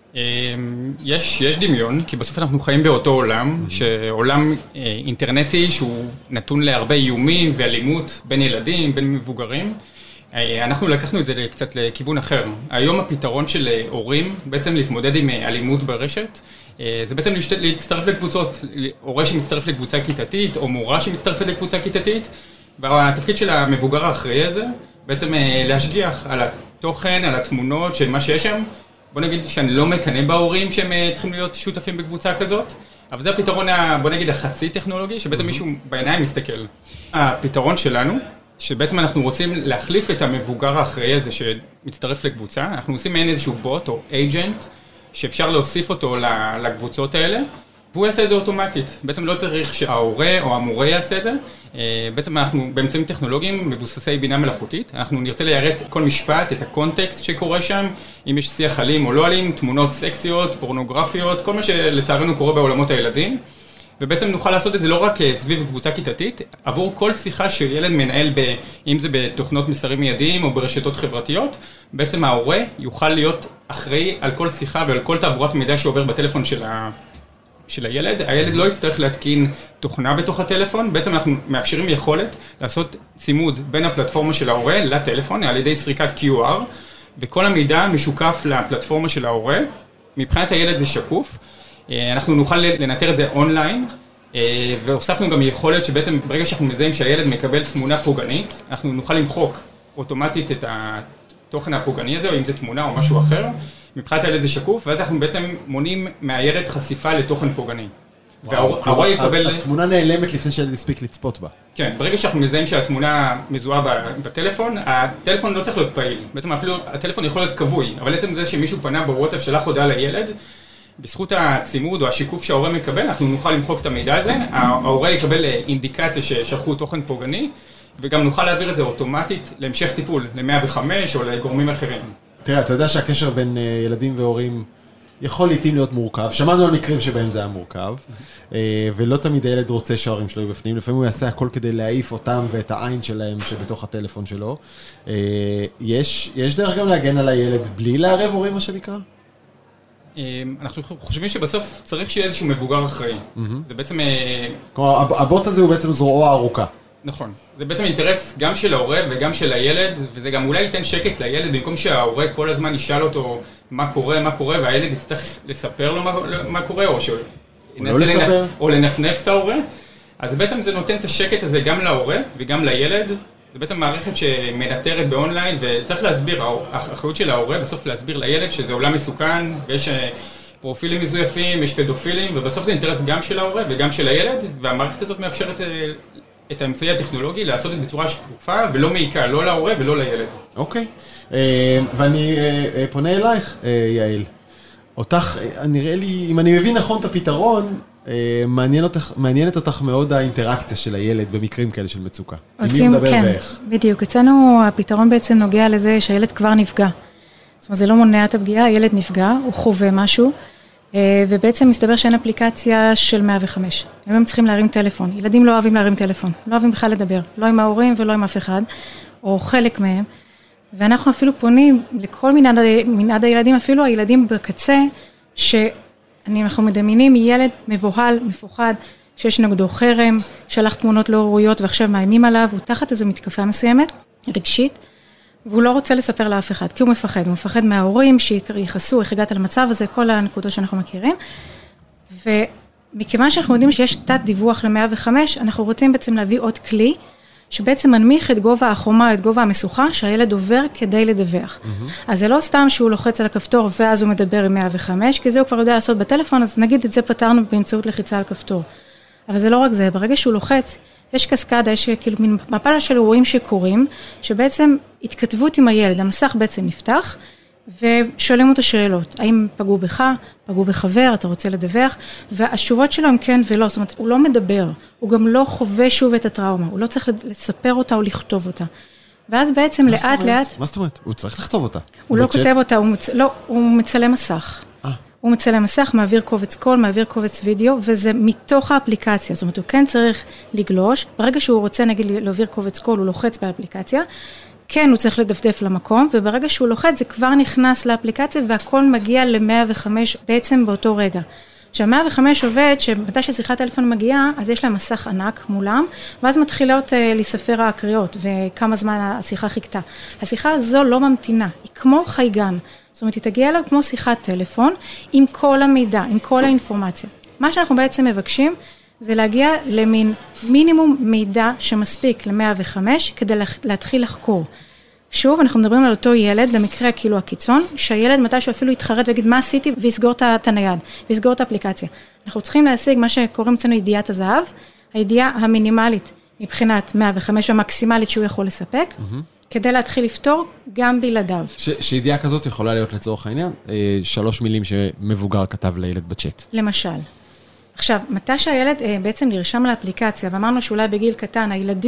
יש דמיון, כי בסוף אנחנו חיים באותו עולם, שעולם אינטרנטי שהוא נתון להרבה איומים ואלימות בין ילדים, בין מבוגרים. אנחנו לקחנו את זה קצת לכיוון אחר. היום הפתרון של הורים, בעצם להתמודד עם אלימות ברשת, זה בעצם להצטרף לקבוצות, הורה שמצטרף לקבוצה כיתתית, או מורה שמצטרפת לקבוצה כיתתית, והתפקיד של המבוגר האחראי הזה, בעצם להשגיח על התוכן, על התמונות של מה שיש שם. בוא נגיד שאני לא מקנא בהורים שהם צריכים להיות שותפים בקבוצה כזאת, אבל זה הפתרון, בוא נגיד, החצי טכנולוגי, שבעצם מישהו בעיניים מסתכל. הפתרון שלנו, שבעצם אנחנו רוצים להחליף את המבוגר האחראי הזה שמצטרף לקבוצה, אנחנו עושים מעין איזשהו בוט או אייג'נט, שאפשר להוסיף אותו לקבוצות האלה, והוא יעשה את זה אוטומטית. בעצם לא צריך שההורה או המורה יעשה את זה. בעצם אנחנו באמצעים טכנולוגיים מבוססי בינה מלאכותית. אנחנו נרצה ליירט כל משפט, את הקונטקסט שקורה שם, אם יש שיח אלים או לא אלים, תמונות סקסיות, פורנוגרפיות, כל מה שלצערנו קורה בעולמות הילדים. ובעצם נוכל לעשות את זה לא רק סביב קבוצה כיתתית, עבור כל שיחה שילד מנהל, אם זה בתוכנות מסרים מיידיים או ברשתות חברתיות, בעצם ההורה יוכל להיות אחראי על כל שיחה ועל כל תעבורת מידע שעובר בטלפון של הילד. הילד לא יצטרך להתקין תוכנה בתוך הטלפון, בעצם אנחנו מאפשרים יכולת לעשות צימוד בין הפלטפורמה של ההורה לטלפון על ידי סריקת QR, וכל המידע משוקף לפלטפורמה של ההורה. מבחינת הילד זה שקוף. אנחנו נוכל לנטר את זה אונליין, והוספנו גם יכולת שבעצם ברגע שאנחנו מזהים שהילד מקבל תמונה פוגענית, אנחנו נוכל למחוק אוטומטית את התוכן הפוגעני הזה, או אם זה תמונה או משהו אחר. מבחינת הילד זה שקוף, ואז אנחנו בעצם מונעים מהילד חשיפה לתוכן פוגעני. וההורה יקבל... התמונה נעלמת לפני שהילד הספיק לצפות בה. כן, ברגע שאנחנו מזהים שהתמונה מזוהה בטלפון, הטלפון לא צריך להיות פעיל. בעצם אפילו הטלפון יכול להיות קבוי, אבל בעצם זה שמישהו פנה בוואטסאפ שלח הודעה לילד, בזכות הצימוד או השיקוף שההורה מקבל, אנחנו נוכל למחוק את המידע הזה, ההורה יקבל אינדיקציה ששלחו תוכן פוגעני, וגם נוכל להעביר את זה אוטומטית להמשך טיפול, ל-105 או לגורמים אחרים. תראה, אתה יודע שהקשר בין ילדים והורים יכול לעתים להיות מורכב. שמענו על מקרים שבהם זה היה מורכב, ולא תמיד הילד רוצה שההורים שלו בפנים. לפעמים הוא יעשה הכל כדי להעיף אותם ואת העין שלהם שבתוך הטלפון שלו. יש דרך גם להגן על הילד בלי לערב הורים, מה שנקרא? אנחנו חושבים שבסוף צריך שיהיה איזשהו מבוגר אחראי. זה בעצם... כלומר, הבוט הזה הוא בעצם זרועו הארוכה. נכון. זה בעצם אינטרס גם של ההורה וגם של הילד, וזה גם אולי ייתן שקט לילד, במקום שההורה כל הזמן ישאל אותו מה קורה, והילד יצטרך לספר לו מה קורה, או לנפנף את ההורה. אז בעצם זה נותן את השקט הזה גם להורה וגם לילד. זה בעצם מערכת שמנטרת באונליין, וצריך להסביר, האחריות של ההורה בסוף להסביר לילד שזה עולם מסוכן, ויש פרופילים מזויפים, יש פדופילים, ובסוף זה אינטרס גם של ההורה וגם של הילד, והמערכת הזאת מאפשרת את האמצעי הטכנולוגי לעשות את בצורה שקופה, ולא מעיקה, לא להורה ולא לילד. אוקיי, ואני פונה אלייך, יעל. אותך, נראה לי, אם אני מבין נכון את הפתרון, מעניינת אותך מאוד האינטראקציה של הילד במקרים כאלה של מצוקה. אותי, כן, בדיוק. אצלנו הפתרון בעצם נוגע לזה שהילד כבר נפגע. זאת אומרת, זה לא מונע את הפגיעה, הילד נפגע, הוא חווה משהו, ובעצם מסתבר שאין אפליקציה של 105. הם צריכים להרים טלפון. ילדים לא אוהבים להרים טלפון, לא אוהבים בכלל לדבר, לא עם ההורים ולא עם אף אחד, או חלק מהם. ואנחנו אפילו פונים לכל מנעד הילדים, אפילו הילדים בקצה, אנחנו מדמיינים ילד מבוהל, מפוחד, שיש נגדו חרם, שלח תמונות לא ראויות ועכשיו מאיימים עליו, הוא תחת איזו מתקפה מסוימת, רגשית, והוא לא רוצה לספר לאף אחד, כי הוא מפחד מההורים שיחסו, איך הגעת למצב הזה, כל הנקודות שאנחנו מכירים, ומכיוון שאנחנו יודעים שיש תת דיווח ל-105, אנחנו רוצים בעצם להביא עוד כלי, שבעצם מנמיך את גובה החומה, את גובה המשוכה, שהילד עובר כדי לדווח. אז זה לא סתם שהוא לוחץ על הכפתור, ואז הוא מדבר עם 105, כי זה הוא כבר יודע לעשות בטלפון, אז נגיד את זה פתרנו באמצעות לחיצה על כפתור. אבל זה לא רק זה, ברגע שהוא לוחץ, יש קסקדה, יש כאילו מין מפה של אירועים שקורים, שבעצם התכתבות עם הילד, המסך בעצם נפתח, ושואלים אותו שאלות, האם פגעו בך, פגעו בחבר, אתה רוצה לדווח, והתשובות שלו הם כן ולא, זאת אומרת, הוא לא מדבר, הוא גם לא חווה שוב את הטראומה, הוא לא צריך לספר אותה או לכתוב אותה. ואז בעצם לאט לאט... מה זאת אומרת? הוא צריך לכתוב אותה. הוא לא כותב אותה, הוא מצלם מסך. הוא מצלם מסך, מעביר קובץ קול, מעביר קובץ וידאו, וזה מתוך האפליקציה, זאת אומרת, הוא כן צריך לגלוש, ברגע שהוא רוצה, נגיד, להעביר קובץ קול, הוא לוחץ באפליקציה, כן, הוא צריך לדפדף למקום, וברגע שהוא לוחץ, זה כבר נכנס לאפליקציה, והכל מגיע ל-105 בעצם באותו רגע. שה-105 עובד, שמתי ששיחת טלפון מגיעה, אז יש להם מסך ענק מולם, ואז מתחילות לספר הקריאות, וכמה זמן השיחה חיכתה. השיחה הזו לא ממתינה, היא כמו חייגן. זאת אומרת, היא תגיע אליו כמו שיחת טלפון, עם כל המידע, עם כל האינפורמציה. מה שאנחנו בעצם מבקשים, זה להגיע למין מינימום מידע שמספיק ל-105, כדי להתחיל לחקור. שוב, אנחנו מדברים על אותו ילד, במקרה כאילו הקיצון, שהילד מתישהו אפילו יתחרט ויגיד מה עשיתי, ויסגור את הנייד, ויסגור את האפליקציה. אנחנו צריכים להשיג מה שקוראים אצלנו ידיעת הזהב, הידיעה המינימלית מבחינת 105 המקסימלית שהוא יכול לספק, כדי להתחיל לפתור גם בלעדיו. שידיעה כזאת יכולה להיות לצורך העניין, 3 מילים שמבוגר כתב לילד בצ'אט. למשל. עכשיו, מתי שהילד בעצם נרשם לאפליקציה, ואמרנו שאולי בגיל קטן,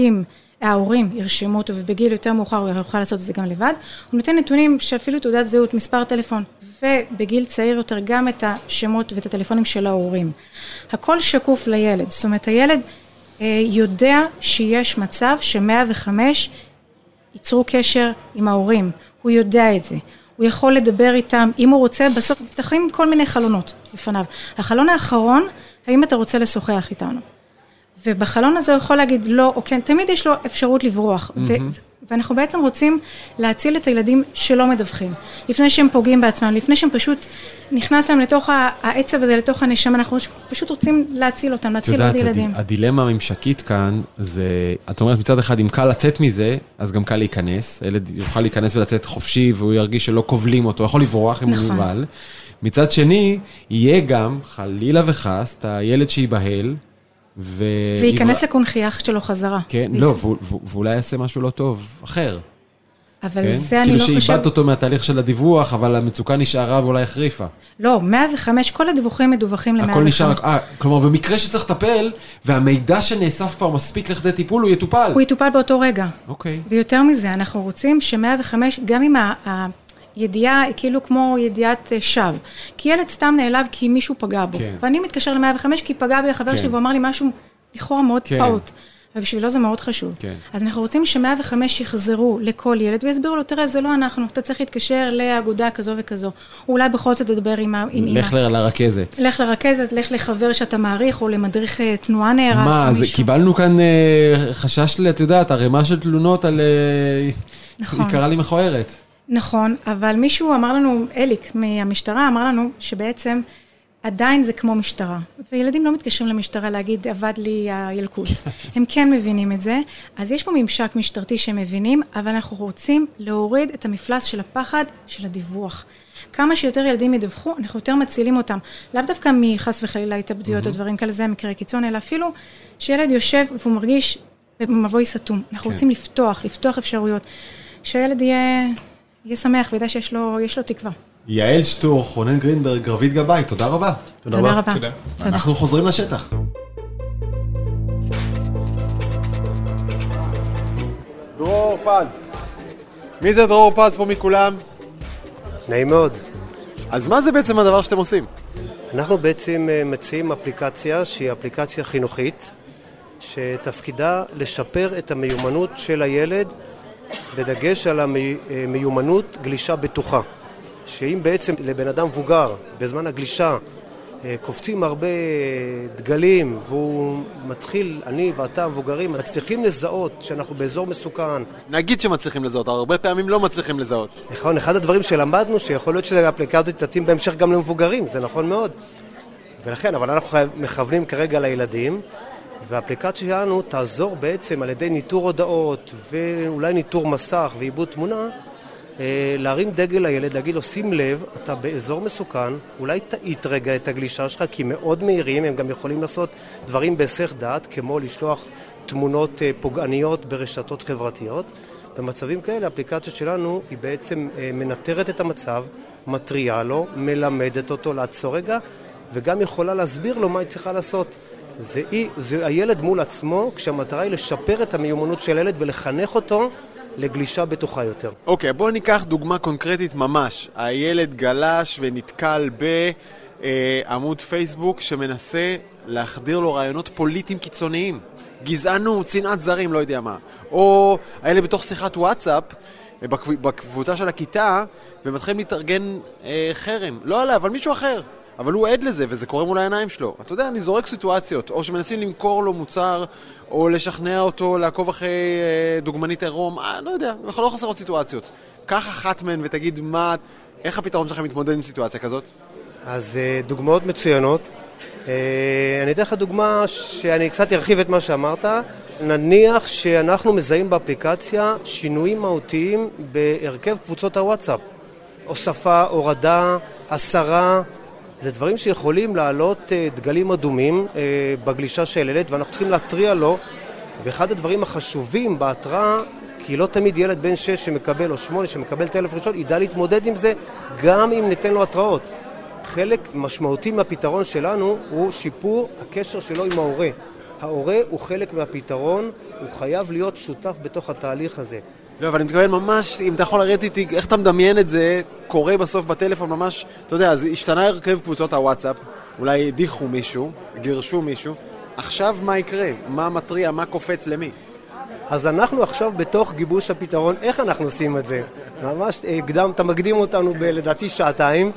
ההורים ירשמו אותו, ובגיל יותר מאוחר הוא יוכל לעשות את זה גם לבד, הוא נותן נתונים שאפילו תעודת זהות, מספר טלפון, ובגיל צעיר יותר גם את השמות ואת הטלפונים של ההורים. הכל שקוף לילד, זאת אומרת, הילד יודע שיש מצב ש105 ייצרו קשר עם ההורים, הוא יודע את זה. הוא יכול לדבר איתם, אם הוא רוצה, בסוף נפתחים כל מיני חלונות לפניו. החלון האחרון, האם אתה רוצה לשוחח איתנו? ובחלון הזה הוא יכול להגיד לא, או כן, תמיד יש לו אפשרות לברוח. ואנחנו בעצם רוצים להציל את הילדים שלא מדווחים. לפני שהם פוגעים בעצמם, לפני שהם פשוט נכנס להם לתוך העצב הזה, לתוך הנשמה, אנחנו פשוט רוצים להציל אותם, להציל עוד ילדים. הדילמה הממשקית כאן, זה, את אומרת מצד אחד, אם קל לצאת מזה, אז גם קל להיכנס. הילד יוכל להיכנס ולצאת חופשי, והוא ירגיש שלא כובלים אותו, יכול לברוח אם הוא נובל. מצד שני, יהיה גם, חלילה וחס, את הילד שיבהל, וייכנס לקונחייה שלו חזרה. כן, לא, ואולי יעשה משהו לא טוב, אחר. אבל זה אני לא חושב... כאילו שאיבדת אותו מהתהליך של הדיווח, אבל המצוקה נשארה ואולי החריפה. לא, 105, כל הדיווחים מדווחים ל-105. הכל נשאר, כלומר, במקרה שצריך לטפל, והמידע שנאסף כבר מספיק לכדי טיפול, הוא יטופל. הוא יטופל באותו רגע. אוקיי. ויותר מזה, אנחנו רוצים ש105, גם עם ידיעה היא כאילו כמו ידיעת שווא. כי ילד סתם נעלב כי מישהו פגע בו. כן. ואני מתקשר ל105 כי פגע בי החבר שלי, והוא אמר לי משהו לכאורה מאוד פעוט. ובשבילו זה מאוד חשוב. כן. אז אנחנו רוצים ש105 יחזרו לכל ילד, ויסבירו לו, תראה, זה לא אנחנו, אתה צריך להתקשר לאגודה כזו וכזו. אולי בכל זאת תדבר עם לך לרכזת. לך לרכזת, לך לחבר שאתה מעריך, או למדריך תנועה נערץ. מה, אז קיבלנו כאן חשש את יודעת, הרמה של תלונות על... נכון. היא קרה לי מכוערת. נכון, אבל מישהו אמר לנו, אליק מהמשטרה אמר לנו שבעצם עדיין זה כמו משטרה, וילדים לא מתקשרים למשטרה להגיד, עבד לי הילקוט. הם כן מבינים את זה, אז יש פה ממשק משטרתי שהם מבינים, אבל אנחנו רוצים להוריד את המפלס של הפחד של הדיווח. כמה שיותר ילדים ידווחו, אנחנו יותר מצילים אותם. לאו דווקא מחס וחלילה התאבדויות או דברים כאלה, זה מקרה קיצון, אלא אפילו שילד יושב והוא מרגיש במבוי סתום. אנחנו רוצים לפתוח אפשרויות, שהילד יהיה שמח וידע שיש לו תקווה. יעל שטור, חונן גרינברג, רבית גבאי, תודה רבה. תודה רבה. אנחנו חוזרים לשטח. דרור פז. מי זה דרור פז פה מכולם? נעים מאוד. אז מה זה בעצם הדבר שאתם עושים? אנחנו בעצם מציעים אפליקציה שהיא אפליקציה חינוכית, שתפקידה לשפר את המיומנות של הילד, בדגש על המיומנות גלישה בטוחה. שאם בעצם לבן אדם מבוגר, בזמן הגלישה, קופצים הרבה דגלים, והוא מתחיל, אני ואתה מבוגרים, מצליחים לזהות שאנחנו באזור מסוכן. נגיד שמצליחים לזהות, הרבה פעמים לא מצליחים לזהות. נכון, אחד הדברים שלמדנו, שיכול להיות שהאפליקציות תתאים בהמשך גם למבוגרים, זה נכון מאוד. ולכן, אבל אנחנו מכוונים כרגע לילדים, והאפליקציה שלנו תעזור בעצם על ידי ניטור הודעות, ואולי ניטור מסך ועיבוד תמונה, להרים דגל לילד, להגיד לו, שים לב, אתה באזור מסוכן, אולי תעיט רגע את הגלישה שלך, כי מאוד מהירים, הם גם יכולים לעשות דברים בהיסח דעת, כמו לשלוח תמונות פוגעניות ברשתות חברתיות. במצבים כאלה, האפליקציה שלנו היא בעצם מנטרת את המצב, מטריעה לו, מלמדת אותו לעצור רגע, וגם יכולה להסביר לו מה היא צריכה לעשות. זה הילד מול עצמו, כשהמטרה היא לשפר את המיומנות של הילד ולחנך אותו לגלישה בטוחה יותר. אוקיי, בואו ניקח דוגמה קונקרטית ממש. הילד גלש ונתקל בעמוד פייסבוק שמנסה להחדיר לו רעיונות פוליטיים קיצוניים. גזענות, צנעת זרים, לא יודע מה. או הילד בתוך שיחת וואטסאפ, בקבוצה של הכיתה, ומתחילים להתארגן חרם. לא עליו, אבל מישהו אחר. אבל הוא עד לזה, וזה קורה מול העיניים שלו. אתה יודע, אני זורק סיטואציות, או שמנסים למכור לו מוצר, או לשכנע אותו לעקוב אחרי דוגמנית עירום, לא יודע, אנחנו לא חסרות סיטואציות. קח אחת מהן ותגיד איך הפתרון שלכם מתמודד עם סיטואציה כזאת? אז דוגמאות מצוינות. אני אתן לך דוגמה שאני קצת ארחיב את מה שאמרת. נניח שאנחנו מזהים באפליקציה שינויים מהותיים בהרכב קבוצות הוואטסאפ. הוספה, הורדה, הסרה, זה דברים שיכולים לעלות דגלים אדומים בגלישה של ילד, ואנחנו צריכים להטריע לו, ואחד הדברים החשובים בהתראה, כי לא תמיד ילד בן 6 שמקבל או 8 שמקבל טלפון ראשון, ידע להתמודד עם זה גם אם ניתן לו התראות. חלק משמעותי מהפתרון שלנו הוא שיפור הקשר שלו עם ההורה. ההורה הוא חלק מהפתרון, הוא חייב להיות שותף בתוך התהליך הזה. לא, אבל אני מתכוון ממש, אם אתה יכול להראות איתי, איך אתה מדמיין את זה, קורה בסוף בטלפון ממש, אתה יודע, אז השתנה הרכב קבוצות הוואטסאפ, אולי הדיחו מישהו, גירשו מישהו, עכשיו מה יקרה? מה מטריע? מה קופץ למי? אז אנחנו עכשיו בתוך גיבוש הפתרון, איך אנחנו עושים את זה? ממש אתה מקדים אותנו לדעתי שעתיים,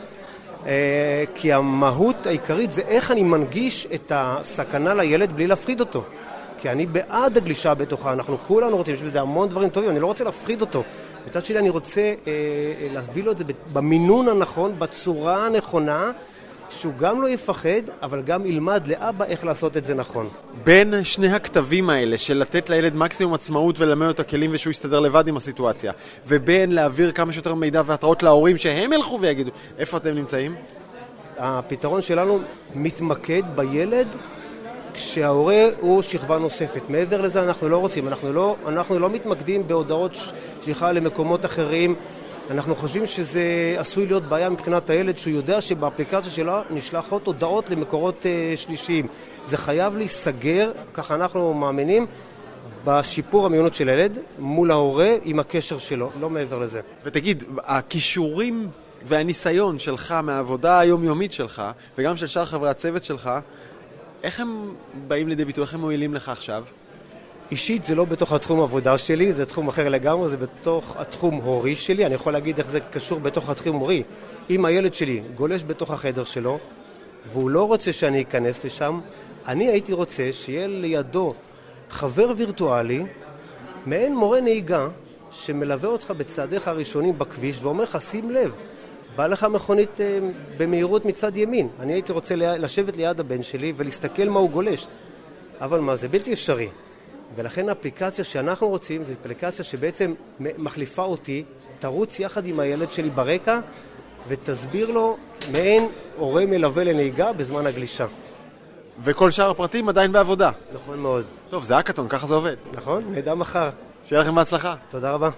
כי המהות העיקרית זה איך אני מנגיש את הסכנה לילד בלי להפחיד אותו. כי אני בעד הגלישה בתוכה, אנחנו כולנו רוצים, יש בזה המון דברים טובים, אני לא רוצה להפחיד אותו. מצד שלי אני רוצה להביא לו את זה במינון הנכון, בצורה הנכונה, שהוא גם לא יפחד, אבל גם ילמד לאבא איך לעשות את זה נכון. בין שני הכתבים האלה, של לתת לילד מקסימום עצמאות ולמד אותו כלים ושהוא יסתדר לבד עם הסיטואציה, ובין להעביר כמה שיותר מידע והתראות להורים שהם ילכו ויגידו, איפה אתם נמצאים? הפתרון שלנו מתמקד בילד, כשההורה הוא שכבה נוספת. מעבר לזה אנחנו לא רוצים, אנחנו לא מתמקדים בהודעות שליחה למקומות אחרים. אנחנו חושבים שזה עשוי להיות בעיה מבחינת הילד, שהוא יודע שבאפליקציה שלה נשלחות הודעות למקורות שלישיים. זה חייב להיסגר, ככה אנחנו מאמינים, בשיפור המיונות של הילד מול ההורה עם הקשר שלו, לא מעבר לזה. ותגיד, הכישורים והניסיון שלך מהעבודה היומיומית שלך, וגם של שאר חברי הצוות שלך, איך הם באים לידי ביטוי, איך הם מועילים לך עכשיו? אישית זה לא בתוך התחום העבודה שלי, זה תחום אחר לגמרי, זה בתוך התחום הורי שלי. אני יכול להגיד איך זה קשור בתוך התחום הורי. אם הילד שלי גולש בתוך החדר שלו, והוא לא רוצה שאני אכנס לשם, אני הייתי רוצה שיהיה לידו חבר וירטואלי, מעין מורה נהיגה, שמלווה אותך בצעדיך הראשונים בכביש, ואומר לך, שים לב, בא לך מכונית במהירות מצד ימין. אני הייתי רוצה לשבת ליד הבן שלי ולהסתכל מה הוא גולש. אבל מה, זה בלתי אפשרי. ולכן האפליקציה שאנחנו רוצים, זו אפליקציה שבעצם מחליפה אותי, תרוץ יחד עם הילד שלי ברקע, ותסביר לו מעין הורה מלווה לנהיגה בזמן הגלישה. וכל שאר הפרטים עדיין בעבודה. נכון מאוד. טוב, זה הקטון, ככה זה עובד. נכון, נדע מחר. שיהיה לכם בהצלחה. תודה רבה.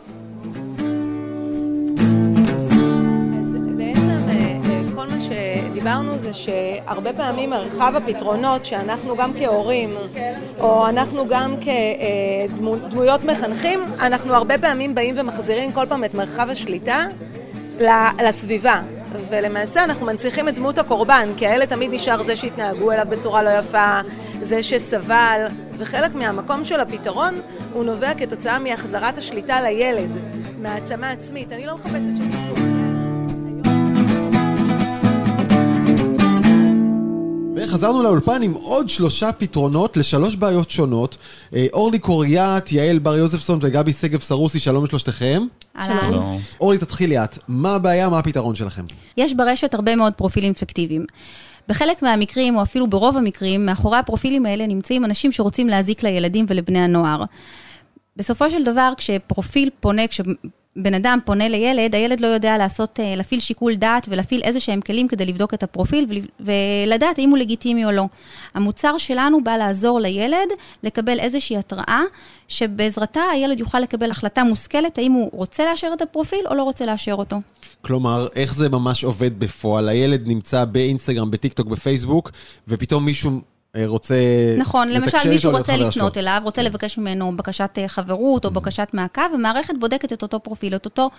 דיברנו זה שהרבה פעמים מרחב הפתרונות שאנחנו גם כהורים או אנחנו גם כדמויות מחנכים, אנחנו הרבה פעמים באים ומחזירים כל פעם את מרחב השליטה לסביבה, ולמעשה אנחנו מנציחים את דמות הקורבן, כי הילד תמיד נשאר זה שהתנהגו אליו בצורה לא יפה, זה שסבל, וחלק מהמקום של הפתרון הוא נובע כתוצאה מהחזרת השליטה לילד, מהעצמה עצמית. אני לא מחפשת וחזרנו לאולפן עם עוד 3 פתרונות ל3 בעיות שונות. אורלי קוריאט, יעל בר יוזפסון וגבי סגב סרוסי, שלום לשלושתכם. שלום. אורלי, תתחילי את. מה הבעיה, מה הפתרון שלכם? יש ברשת הרבה מאוד פרופילים פיקטיביים. בחלק מהמקרים, או אפילו ברוב המקרים, מאחורי הפרופילים האלה נמצאים אנשים שרוצים להזיק לילדים ולבני הנוער. בסופו של דבר, כשפרופיל פונה, בן אדם פונה לילד, הילד לא יודע להפעיל שיקול דעת ולהפעיל איזה שהם כלים כדי לבדוק את הפרופיל ולדעת האם הוא לגיטימי או לא. המוצר שלנו בא לעזור לילד לקבל איזושהי התראה שבעזרתה הילד יוכל לקבל החלטה מושכלת האם הוא רוצה לאשר את הפרופיל או לא רוצה לאשר אותו. כלומר, איך זה ממש עובד בפועל? הילד נמצא באינסטגרם, בטיקטוק, בפייסבוק, ופתאום מישהו רוצה... נכון, למשל מישהו רוצה לפנות אליו, רוצה לבקש ממנו בקשת חברות או בקשת מעקב, ומערכת בודקת את אותו פרופיל, את אותו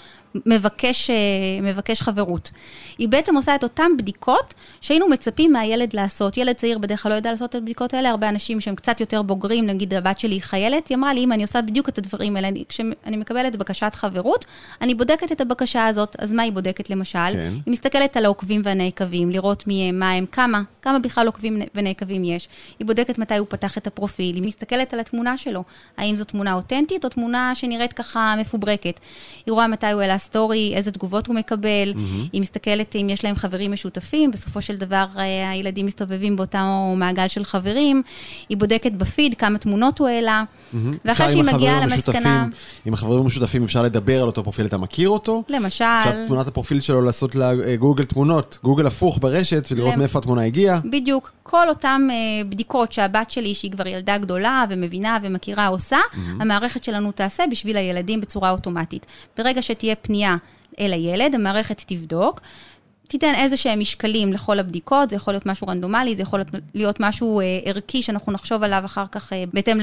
מבקש חברות. היא בעצם עושה את אותן בדיקות שהיינו מצפים מהילד לעשות. ילד צעיר בדרך כלל לא יודע לעשות את הבדיקות האלה, הרבה אנשים שהם קצת יותר בוגרים, נגיד הבת שלי היא חיילת, היא אמרה לי, אם אני עושה בדיוק את הדברים האלה, כשאני מקבלת בקשת חברות, אני בודקת את הבקשה הזאת, אז מה היא בודקת למשל? היא מסתכלת על העוקבים והנעקבים, לראות מי הם, מה הם, כמה בכלל עוקבים ונעקבים יש. היא בודקת מתי הוא פתח את הפרופיל, היא מסתכלת על התמונה שלו, האם זו תמונה אותנטית או תמונה שנראית ככה מפוברקת. היא רואה מתי הוא העלה סטורי, איזה תגובות הוא מקבל, היא מסתכלת אם יש להם חברים משותפים, בסופו של דבר הילדים מסתובבים באותו מעגל של חברים, היא בודקת בפיד כמה תמונות הוא העלה, ואחרי שהיא מגיעה למסקנה... עם החברים המשותפים אפשר לדבר על אותו פרופיל, אתה מכיר אותו? למשל... אפשר תמונת הפרופיל שלו לעשות לגוגל תמונות, גוגל הפוך ברשת, ולראות מאיפה התמונה הגיעה. בדיוק, כל אותם בדיקות שהבת שלי, שהיא כבר ילדה גדולה ומבינה ומכירה עושה, המערכת שלנו תעשה בשביל הילדים בצורה אוטומטית. ברגע שתהיה פנייה אל הילד, המערכת תבדוק, תיתן איזה שהם משקלים לכל הבדיקות, זה יכול להיות משהו רנדומלי, זה יכול להיות משהו ערכי שאנחנו נחשוב עליו אחר כך בהתאם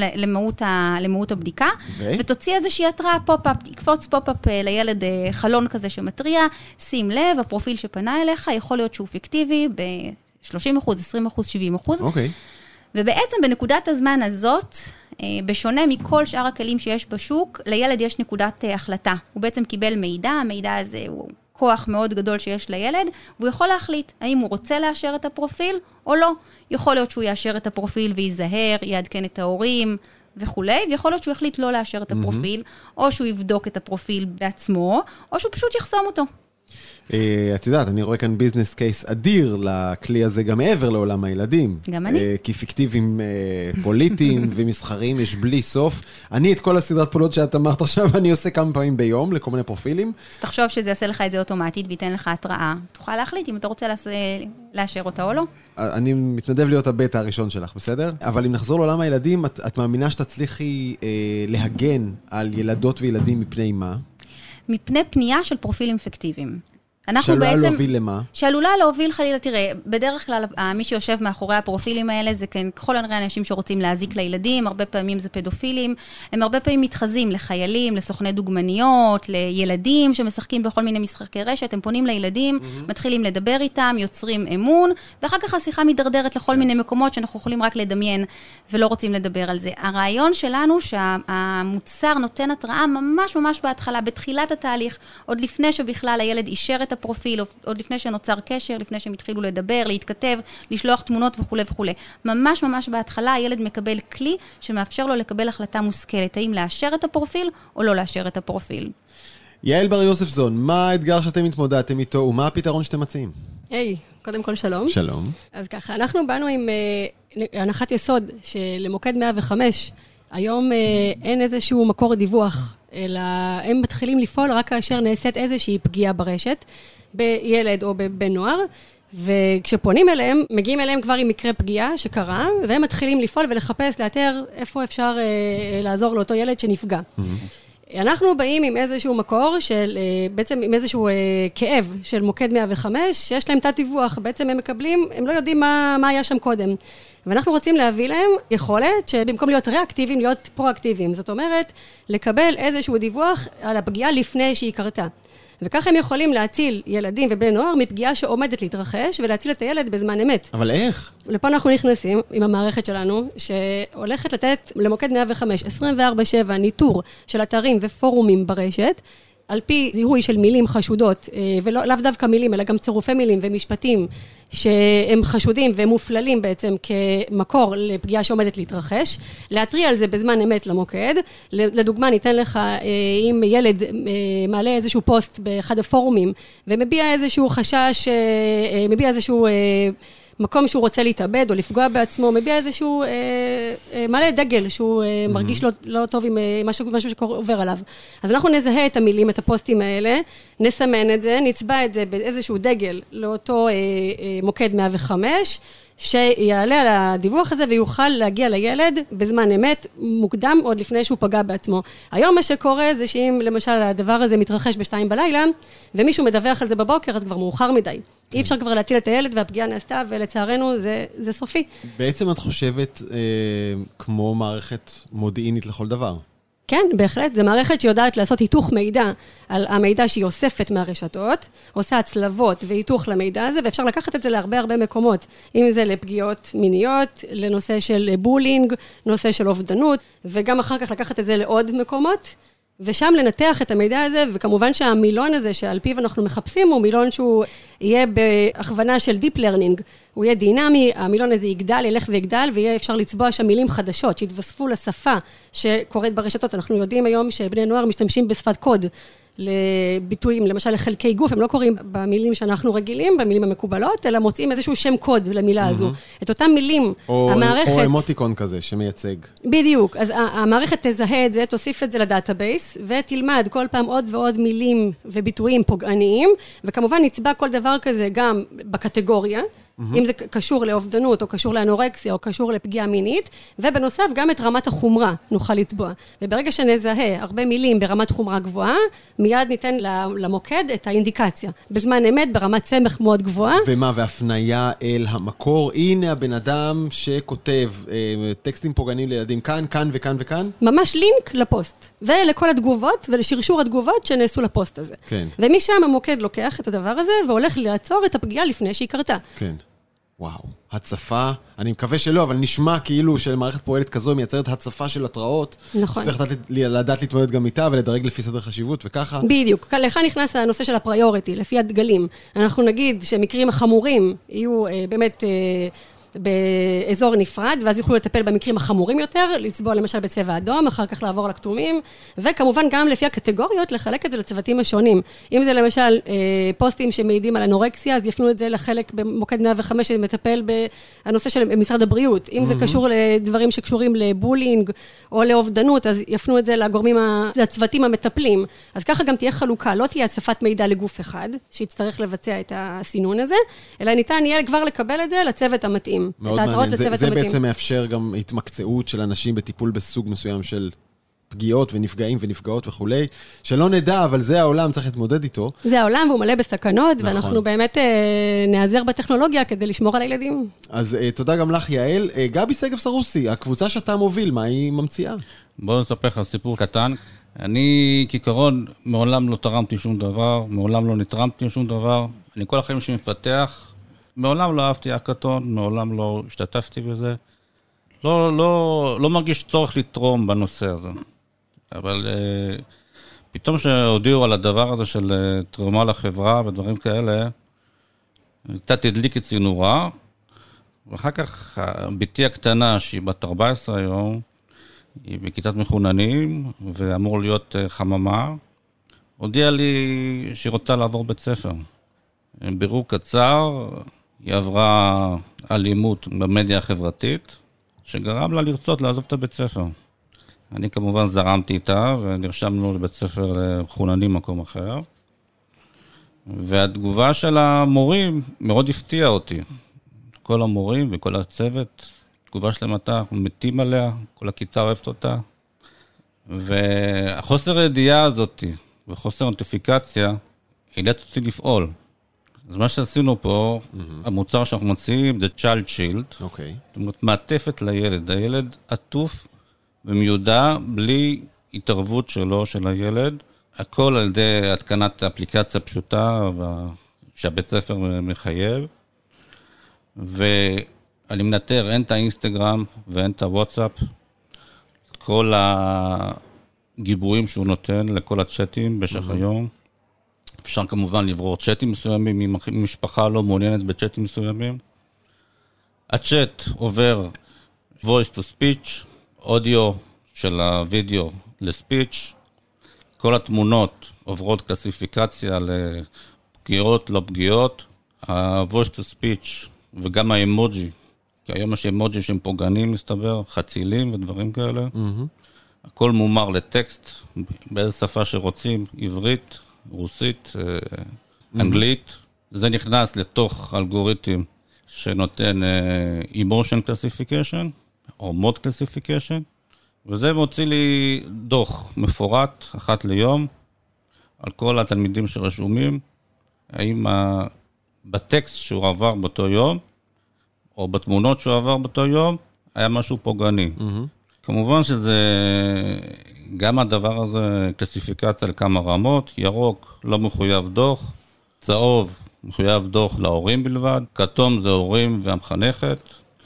למהות הבדיקה, ותוציא איזושהי התראה פופ-אפ, יקפוץ פופ-אפ לילד חלון כזה שמטריע, שים לב, הפרופיל שפנה אליך יכול להיות שהוא פיקטיבי ב-30%, 20%, 70%. אוקיי. ובעצם בנקודת הזמן הזאת, בשונה מכל שאר הכלים שיש בשוק, לילד יש נקודת החלטה. הוא בעצם קיבל מידע, המידע הזה הוא כוח מאוד גדול שיש לילד, והוא יכול להחליט האם הוא רוצה לאשר את הפרופיל או לא. יכול להיות שהוא יאשר את הפרופיל ויזהר, יעדכן את ההורים וכו', ויכול להיות שהוא יחליט לא לאשר את הפרופיל, או שהוא יבדוק את הפרופיל בעצמו, או שהוא פשוט יחסום אותו. את יודעת, אני רואה כאן ביזנס קייס אדיר לכלי הזה גם מעבר לעולם הילדים. גם אני. כי פיקטיביים פוליטיים ומסחריים יש בלי סוף. אני את כל הסדרת פעולות שאת אמרת עכשיו, אני עושה כמה פעמים ביום לכל מיני פרופילים. אז תחשוב שזה יעשה לך את זה אוטומטית וייתן לך התראה. תוכל להחליט אם אתה רוצה לאשר אותה או לא. אני מתנדב להיות הבטא הראשון שלך, בסדר? אבל אם נחזור לעולם הילדים, את מאמינה שתצליחי להגן על ילדות וילדים מפני מה? מפני פנייה של פרופילים פיקטיביים. שעלולה להוביל למה? שעלולה להוביל חלילה, תראה, בדרך כלל מי שיושב מאחורי הפרופילים האלה זה ככל הנראה אנשים שרוצים להזיק לילדים, הרבה פעמים זה פדופילים, הם הרבה פעמים מתחזים לחיילים, לסוכני דוגמניות, לילדים שמשחקים בכל מיני משחקי רשת, הם פונים לילדים, מתחילים לדבר איתם, יוצרים אמון, ואחר כך השיחה מדרדרת לכל מיני מקומות שאנחנו יכולים רק לדמיין ולא רוצים לדבר על זה. הרעיון שלנו שהמוצר נותן התראה ממש ממש בהתחלה, בתחילת התהליך, עוד לפני שבכלל הילד אישר את הפרופיל, עוד לפני שנוצר קשר, לפני שהם התחילו לדבר, להתכתב, לשלוח תמונות וכו' וכו'. ממש ממש בהתחלה הילד מקבל כלי שמאפשר לו לקבל החלטה מושכלת, האם לאשר את הפרופיל או לא לאשר את הפרופיל. יעל בר יוזפסון, מה האתגר שאתם התמודדתם איתו ומה הפתרון שאתם מציעים? היי, קודם כל שלום. שלום. אז ככה, אנחנו באנו עם הנחת יסוד שלמוקד 105, היום אין איזשהו מקור דיווח, אלא הם מתחילים לפעול רק כאשר נעשית איזושהי פגיעה ברשת, בילד או בבן נוער, וכשפונים אליהם, מגיעים אליהם כבר עם מקרה פגיעה שקרה, והם מתחילים לפעול ולחפש, לאתר איפה אפשר לעזור לאותו ילד שנפגע. אנחנו באים עם איזשהו מקור של, בעצם עם איזשהו כאב של מוקד 105, שיש להם תת דיווח, בעצם הם מקבלים, הם לא יודעים מה היה שם קודם. ואנחנו רוצים להביא להם יכולת שבמקום להיות ריאקטיביים, להיות פרואקטיביים. זאת אומרת, לקבל איזשהו דיווח על הפגיעה לפני שהיא קרתה. וכך הם יכולים להציל ילדים ובני נוער מפגיעה שעומדת להתרחש, ולהציל את הילד בזמן אמת. אבל איך? לפה אנחנו נכנסים עם המערכת שלנו, שהולכת לתת למוקד 105, 24/7, ניטור של אתרים ופורומים ברשת, על פי זיהוי של מילים חשודות, ולאו דווקא מילים, אלא גם צירופי מילים ומשפטים שהם חשודים והם מופללים בעצם כמקור לפגיעה שעומדת להתרחש, להתריע על זה בזמן אמת למוקד. לדוגמה, ניתן לך, אם ילד מעלה איזשהו פוסט באחד הפורומים, ומביע איזשהו חשש, מביע איזשהו מקום שהוא רוצה להתאבד או לפגוע בעצמו, מביע איזשהו מעלה דגל שהוא מרגיש לא טוב עם משהו שעובר עליו. אז אנחנו נזהה את המילים, את הפוסטים האלה, נסמן את זה, נצבע את זה באיזשהו דגל לאותו מוקד 105, שיעלה על הדיווח הזה ויוכל להגיע לילד בזמן אמת מוקדם עוד לפני שהוא פגע בעצמו. היום מה שקורה זה שאם למשל הדבר הזה מתרחש ב2 בלילה, ומישהו מדווח על זה בבוקר, אז כבר מאוחר מדי. אי אפשר כבר להציל את הילד והפגיעה נעשתה, ולצערנו זה סופי. בעצם את חושבת כמו מערכת מודיעינית לכל דבר? כן, בהחלט. זו מערכת שיודעת לעשות היתוך מידע על המידע שהיא אוספת מהרשתות, עושה הצלבות והיתוך למידע הזה, ואפשר לקחת את זה להרבה מקומות, אם זה לפגיעות מיניות, לנושא של בולינג, נושא של אובדנות, וגם אחר כך לקחת את זה לעוד מקומות, ושם לנתח את המידע הזה, וכמובן שהמילון הזה שעל פיו אנחנו מחפשים, הוא מילון שהוא יהיה בהכוונה של Deep Learning, הוא יהיה דינמי, המילון הזה יגדל, ילך ויגדל, ויהיה אפשר לצבוע שם מילים חדשות, שיתווספו לשפה שקורית ברשתות. אנחנו יודעים היום שבני נוער משתמשים בשפת קוד, לביטויים, למשל לחלקי גוף, הם לא קוראים במילים שאנחנו רגילים, במילים המקובלות, אלא מוצאים איזשהו שם קוד למילה הזו. את אותם מילים, המערכת... או אמוטיקון כזה שמייצג. בדיוק, אז המערכת תזהה את זה, תוסיף את זה לדאטאבייס, ותלמד כל פעם עוד ועוד מילים וביטויים פוגעניים, וכמובן נצבע כל דבר כזה גם בקטגוריה, אם זה קשור לאובדנות, או קשור לאנורקסיה, או קשור לפגיעה מינית, ובנוסף גם את רמת החומרה נוכל לצבוע. וברגע שנזהה הרבה מילים ברמת חומרה גבוהה, מיד ניתן למוקד את האינדיקציה. בזמן אמת, ברמת סמך מאוד גבוהה. ומה, והפניה אל המקור? הנה הבן אדם שכותב טקסטים פוגעניים לילדים כאן, כאן וכאן וכאן? ממש לינק לפוסט, ולכל התגובות, ולשרשור התגובות שנעשו לפוסט הזה. כן. ומשם המוקד לוקח את הדבר הזה, והולך לעצור את הפגיעה לפני שהיא קרתה. כן. וואו, הצפה, אני מקווה שלא, אבל נשמע כאילו שמערכת פועלת כזו מייצרת הצפה של התראות. נכון. צריך לדעת להתמודד גם איתה ולדרג לפי סדר חשיבות וככה. בדיוק, לך נכנס הנושא של הפריוריטי, לפי הדגלים. אנחנו נגיד שמקרים החמורים יהיו באמת... באזור נפרד, ואז יוכלו לטפל במקרים החמורים יותר, לצבוע למשל בצבע אדום, אחר כך לעבור לכתומים, וכמובן גם לפי הקטגוריות לחלק את זה לצוותים השונים. אם זה למשל פוסטים שמעידים על אנורקסיה, אז יפנו את זה לחלק במוקד 105 שמטפל בנושא של משרד הבריאות. אם זה קשור לדברים שקשורים לבולינג או לאובדנות, אז יפנו את זה לגורמים, לצוותים המטפלים. אז ככה גם תהיה חלוקה, לא תהיה הצפת מידע לגוף אחד, שיצטרך לבצע את הסינון הזה, אלא ניתן יהיה כבר לקבל את זה לצוות המתאים. מאוד מעניין, זה בעצם מאפשר גם התמקצעות של אנשים בטיפול בסוג מסוים של פגיעות ונפגעים ונפגעות וכולי, שלא נדע, אבל זה העולם, צריך להתמודד איתו. זה העולם, והוא מלא בסכנות, ואנחנו באמת נעזר בטכנולוגיה כדי לשמור על הילדים. אז תודה גם לך, יעל. גבי שגב סרוסי, הקבוצה שאתה מוביל, מה היא ממציאה? בואו נספר לך סיפור קטן. אני כעיקרון מעולם לא תרמתי שום דבר, מעולם לא נתרמתי שום דבר. אני כל החיים שמפתח, מעולם לא אהבתי הקטון, מעולם לא השתתפתי בזה. לא מרגיש צורך לתרום בנושא הזה. אבל פתאום שהודיעו על הדבר הזה של תרומה לחברה ודברים כאלה, קצת הדליק אצלי נורא, ואחר כך ביתי הקטנה, שהיא בת 14 היום, היא בכיתת מחוננים, ואמור להיות חממה, הודיעה לי שהיא רוצה לעבור בית ספר. בירור קצר, היא עברה אלימות במדיה החברתית, שגרם לה לרצות לעזוב את הבית ספר. אני כמובן זרמתי איתה, ונרשמנו לבית ספר לחוננים מקום אחר. והתגובה של המורים מאוד הפתיעה אותי. כל המורים וכל הצוות, תגובה שלהם הייתה, אנחנו מתים עליה, כל הכיתה אוהבת אותה. והחוסר הידיעה הזאת, וחוסר נוטיפיקציה, אילץ אותי לפעול. אז מה שעשינו פה, המוצר שאנחנו מציעים, זה Child Shield. אוקיי. זאת אומרת, מעטפת לילד. הילד עטוף ומיודע בלי התערבות שלו, של הילד. הכל על ידי התקנת אפליקציה פשוטה, שהבית ספר מחייב. ואני מנטר, אין את האינסטגרם ואין את הוואטסאפ. כל גיבויים שהוא נותן לכל הצ'אטים במשך היום. אפשר כמובן לברור צ'אטים מסוימים, אם משפחה לא מעוניינת בצ'אטים מסוימים. הצ'אט עובר voice to speech, אודיו של הוידאו לספיץ', כל התמונות עוברות קלסיפיקציה לפגיעות, לא פגיעות, ה-voice to speech וגם האמוג'י, כי היום יש אמוג'י שהם פוגענים מסתבר, חצילים ודברים כאלה, הכל מומר לטקסט, באיזה שפה שרוצים, עברית, רוסית, אנגלית, זה נכנס לתוך אלגוריתם שנותן emotion classification, או mode classification, וזה מוציא לי דוח מפורט, אחת ליום, על כל התלמידים שרשומים, האם בטקסט שהוא עבר באותו יום, או בתמונות שהוא עבר באותו יום, היה משהו פוגעני. כמובן שזה, גם הדבר הזה, קלסיפיקציה לכמה רמות, ירוק לא מחויב דוח, צהוב מחויב דוח להורים בלבד, כתום זה הורים והמחנכת,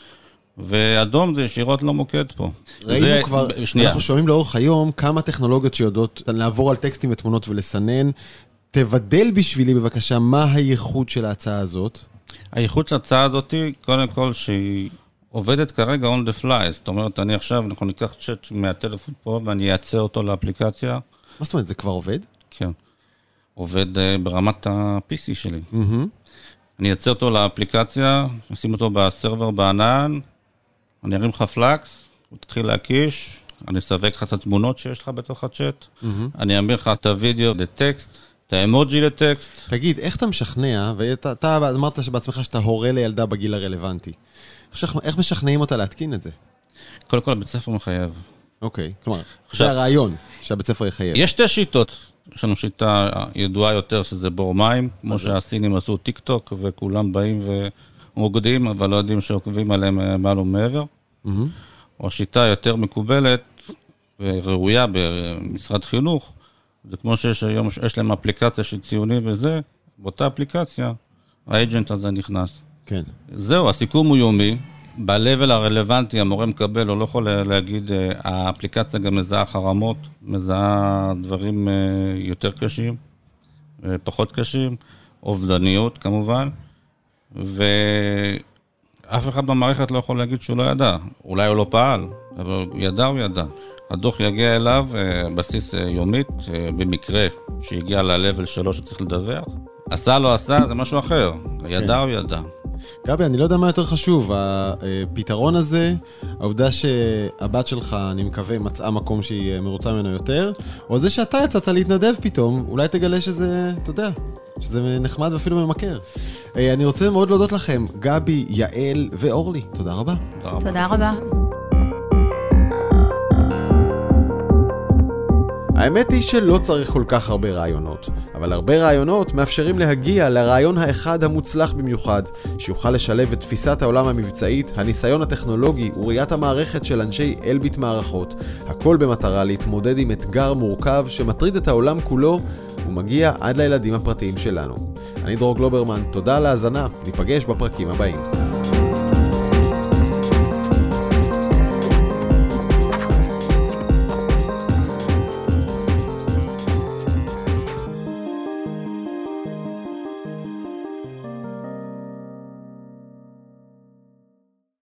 ואדום זה ישירות למוקד פה. ראינו כבר, אנחנו שומעים לאורך היום כמה טכנולוגיות שיודעות לעבור על טקסטים ותמונות ולסנן. תבדל בשבילי בבקשה מה הייחוד של ההצעה הזאת. הייחוד של ההצעה הזאת היא קודם כל שהיא עובדת כרגע on the fly, זאת אומרת אנחנו ניקח צ'אט מהטלפון פה ואני אייצר אותו לאפליקציה. מה זאת אומרת, זה כבר עובד? כן. עובד ברמת ה-PC שלי. אני אייצר אותו לאפליקציה, נשים אותו בסרבר בענן, אני ארים לך פלקס, הוא תתחיל להקיש, אני אסווג לך את התמונות שיש לך בתוך הצ'אט, אני אמיר לך את הוידאו לטקסט, את האמוג'י לטקסט. תגיד, איך אתה משכנע, ואתה אמרת בעצמך שאתה הורה לילדה בגיל הרלוונטי, איך משכנעים אותה להתקין את זה? קודם כל, הבית ספר מחייב. אוקיי, כלומר, זה הרעיון שהבית ספר יחייב. יש שתי שיטות. יש לנו שיטה ידועה יותר שזה בור מים, כמו שהסינים עשו טיק טוק, וכולם באים ומוגדים, אבל לא יודעים שעוקבים עליהם מעל ומעבר. או השיטה יותר מקובלת וראויה במשרד חינוך, זה כמו שיש היום, יש להם אפליקציה של ציונים וזה, באותה אפליקציה, האג'נט הזה נכנס. כן. זהו, הסיכום הוא יומי, בלבל הרלוונטי המורה מקבל, הוא לא יכול להגיד, האפליקציה גם מזהה חרמות, מזהה דברים יותר קשים, פחות קשים, אובדניות כמובן, ואף אחד במערכת לא יכול להגיד שהוא לא ידע, אולי הוא לא פעל, אבל ידע הוא ידע. הדוח יגיע אליו בסיס יומית, במקרה שהגיע ללבל 3 שצריך לדווח, עשה לא עשה זה משהו אחר, ידע או ידע. גבי, אני לא יודע מה יותר חשוב, הפתרון הזה, העובדה שהבת שלך, אני מקווה, מצאה מקום שהיא מרוצה ממנו יותר, או זה שאתה יצאת להתנדב פתאום, אולי תגלה שזה, אתה יודע, שזה נחמד ואפילו ממכר. אני רוצה מאוד להודות לכם, גבי, יעל ואורלי, תודה רבה. תודה רבה. האמת היא שלא צריך כל כך הרבה רעיונות, אבל הרבה רעיונות מאפשרים להגיע לרעיון האחד המוצלח במיוחד, שיוכל לשלב את תפיסת העולם המבצעית, הניסיון הטכנולוגי וראיית המערכת של אנשי אלביט מערכות, הכל במטרה להתמודד עם אתגר מורכב שמטריד את העולם כולו ומגיע עד לילדים הפרטיים שלנו. אני דרור גלוברמן, תודה על ההאזנה, ניפגש בפרקים הבאים.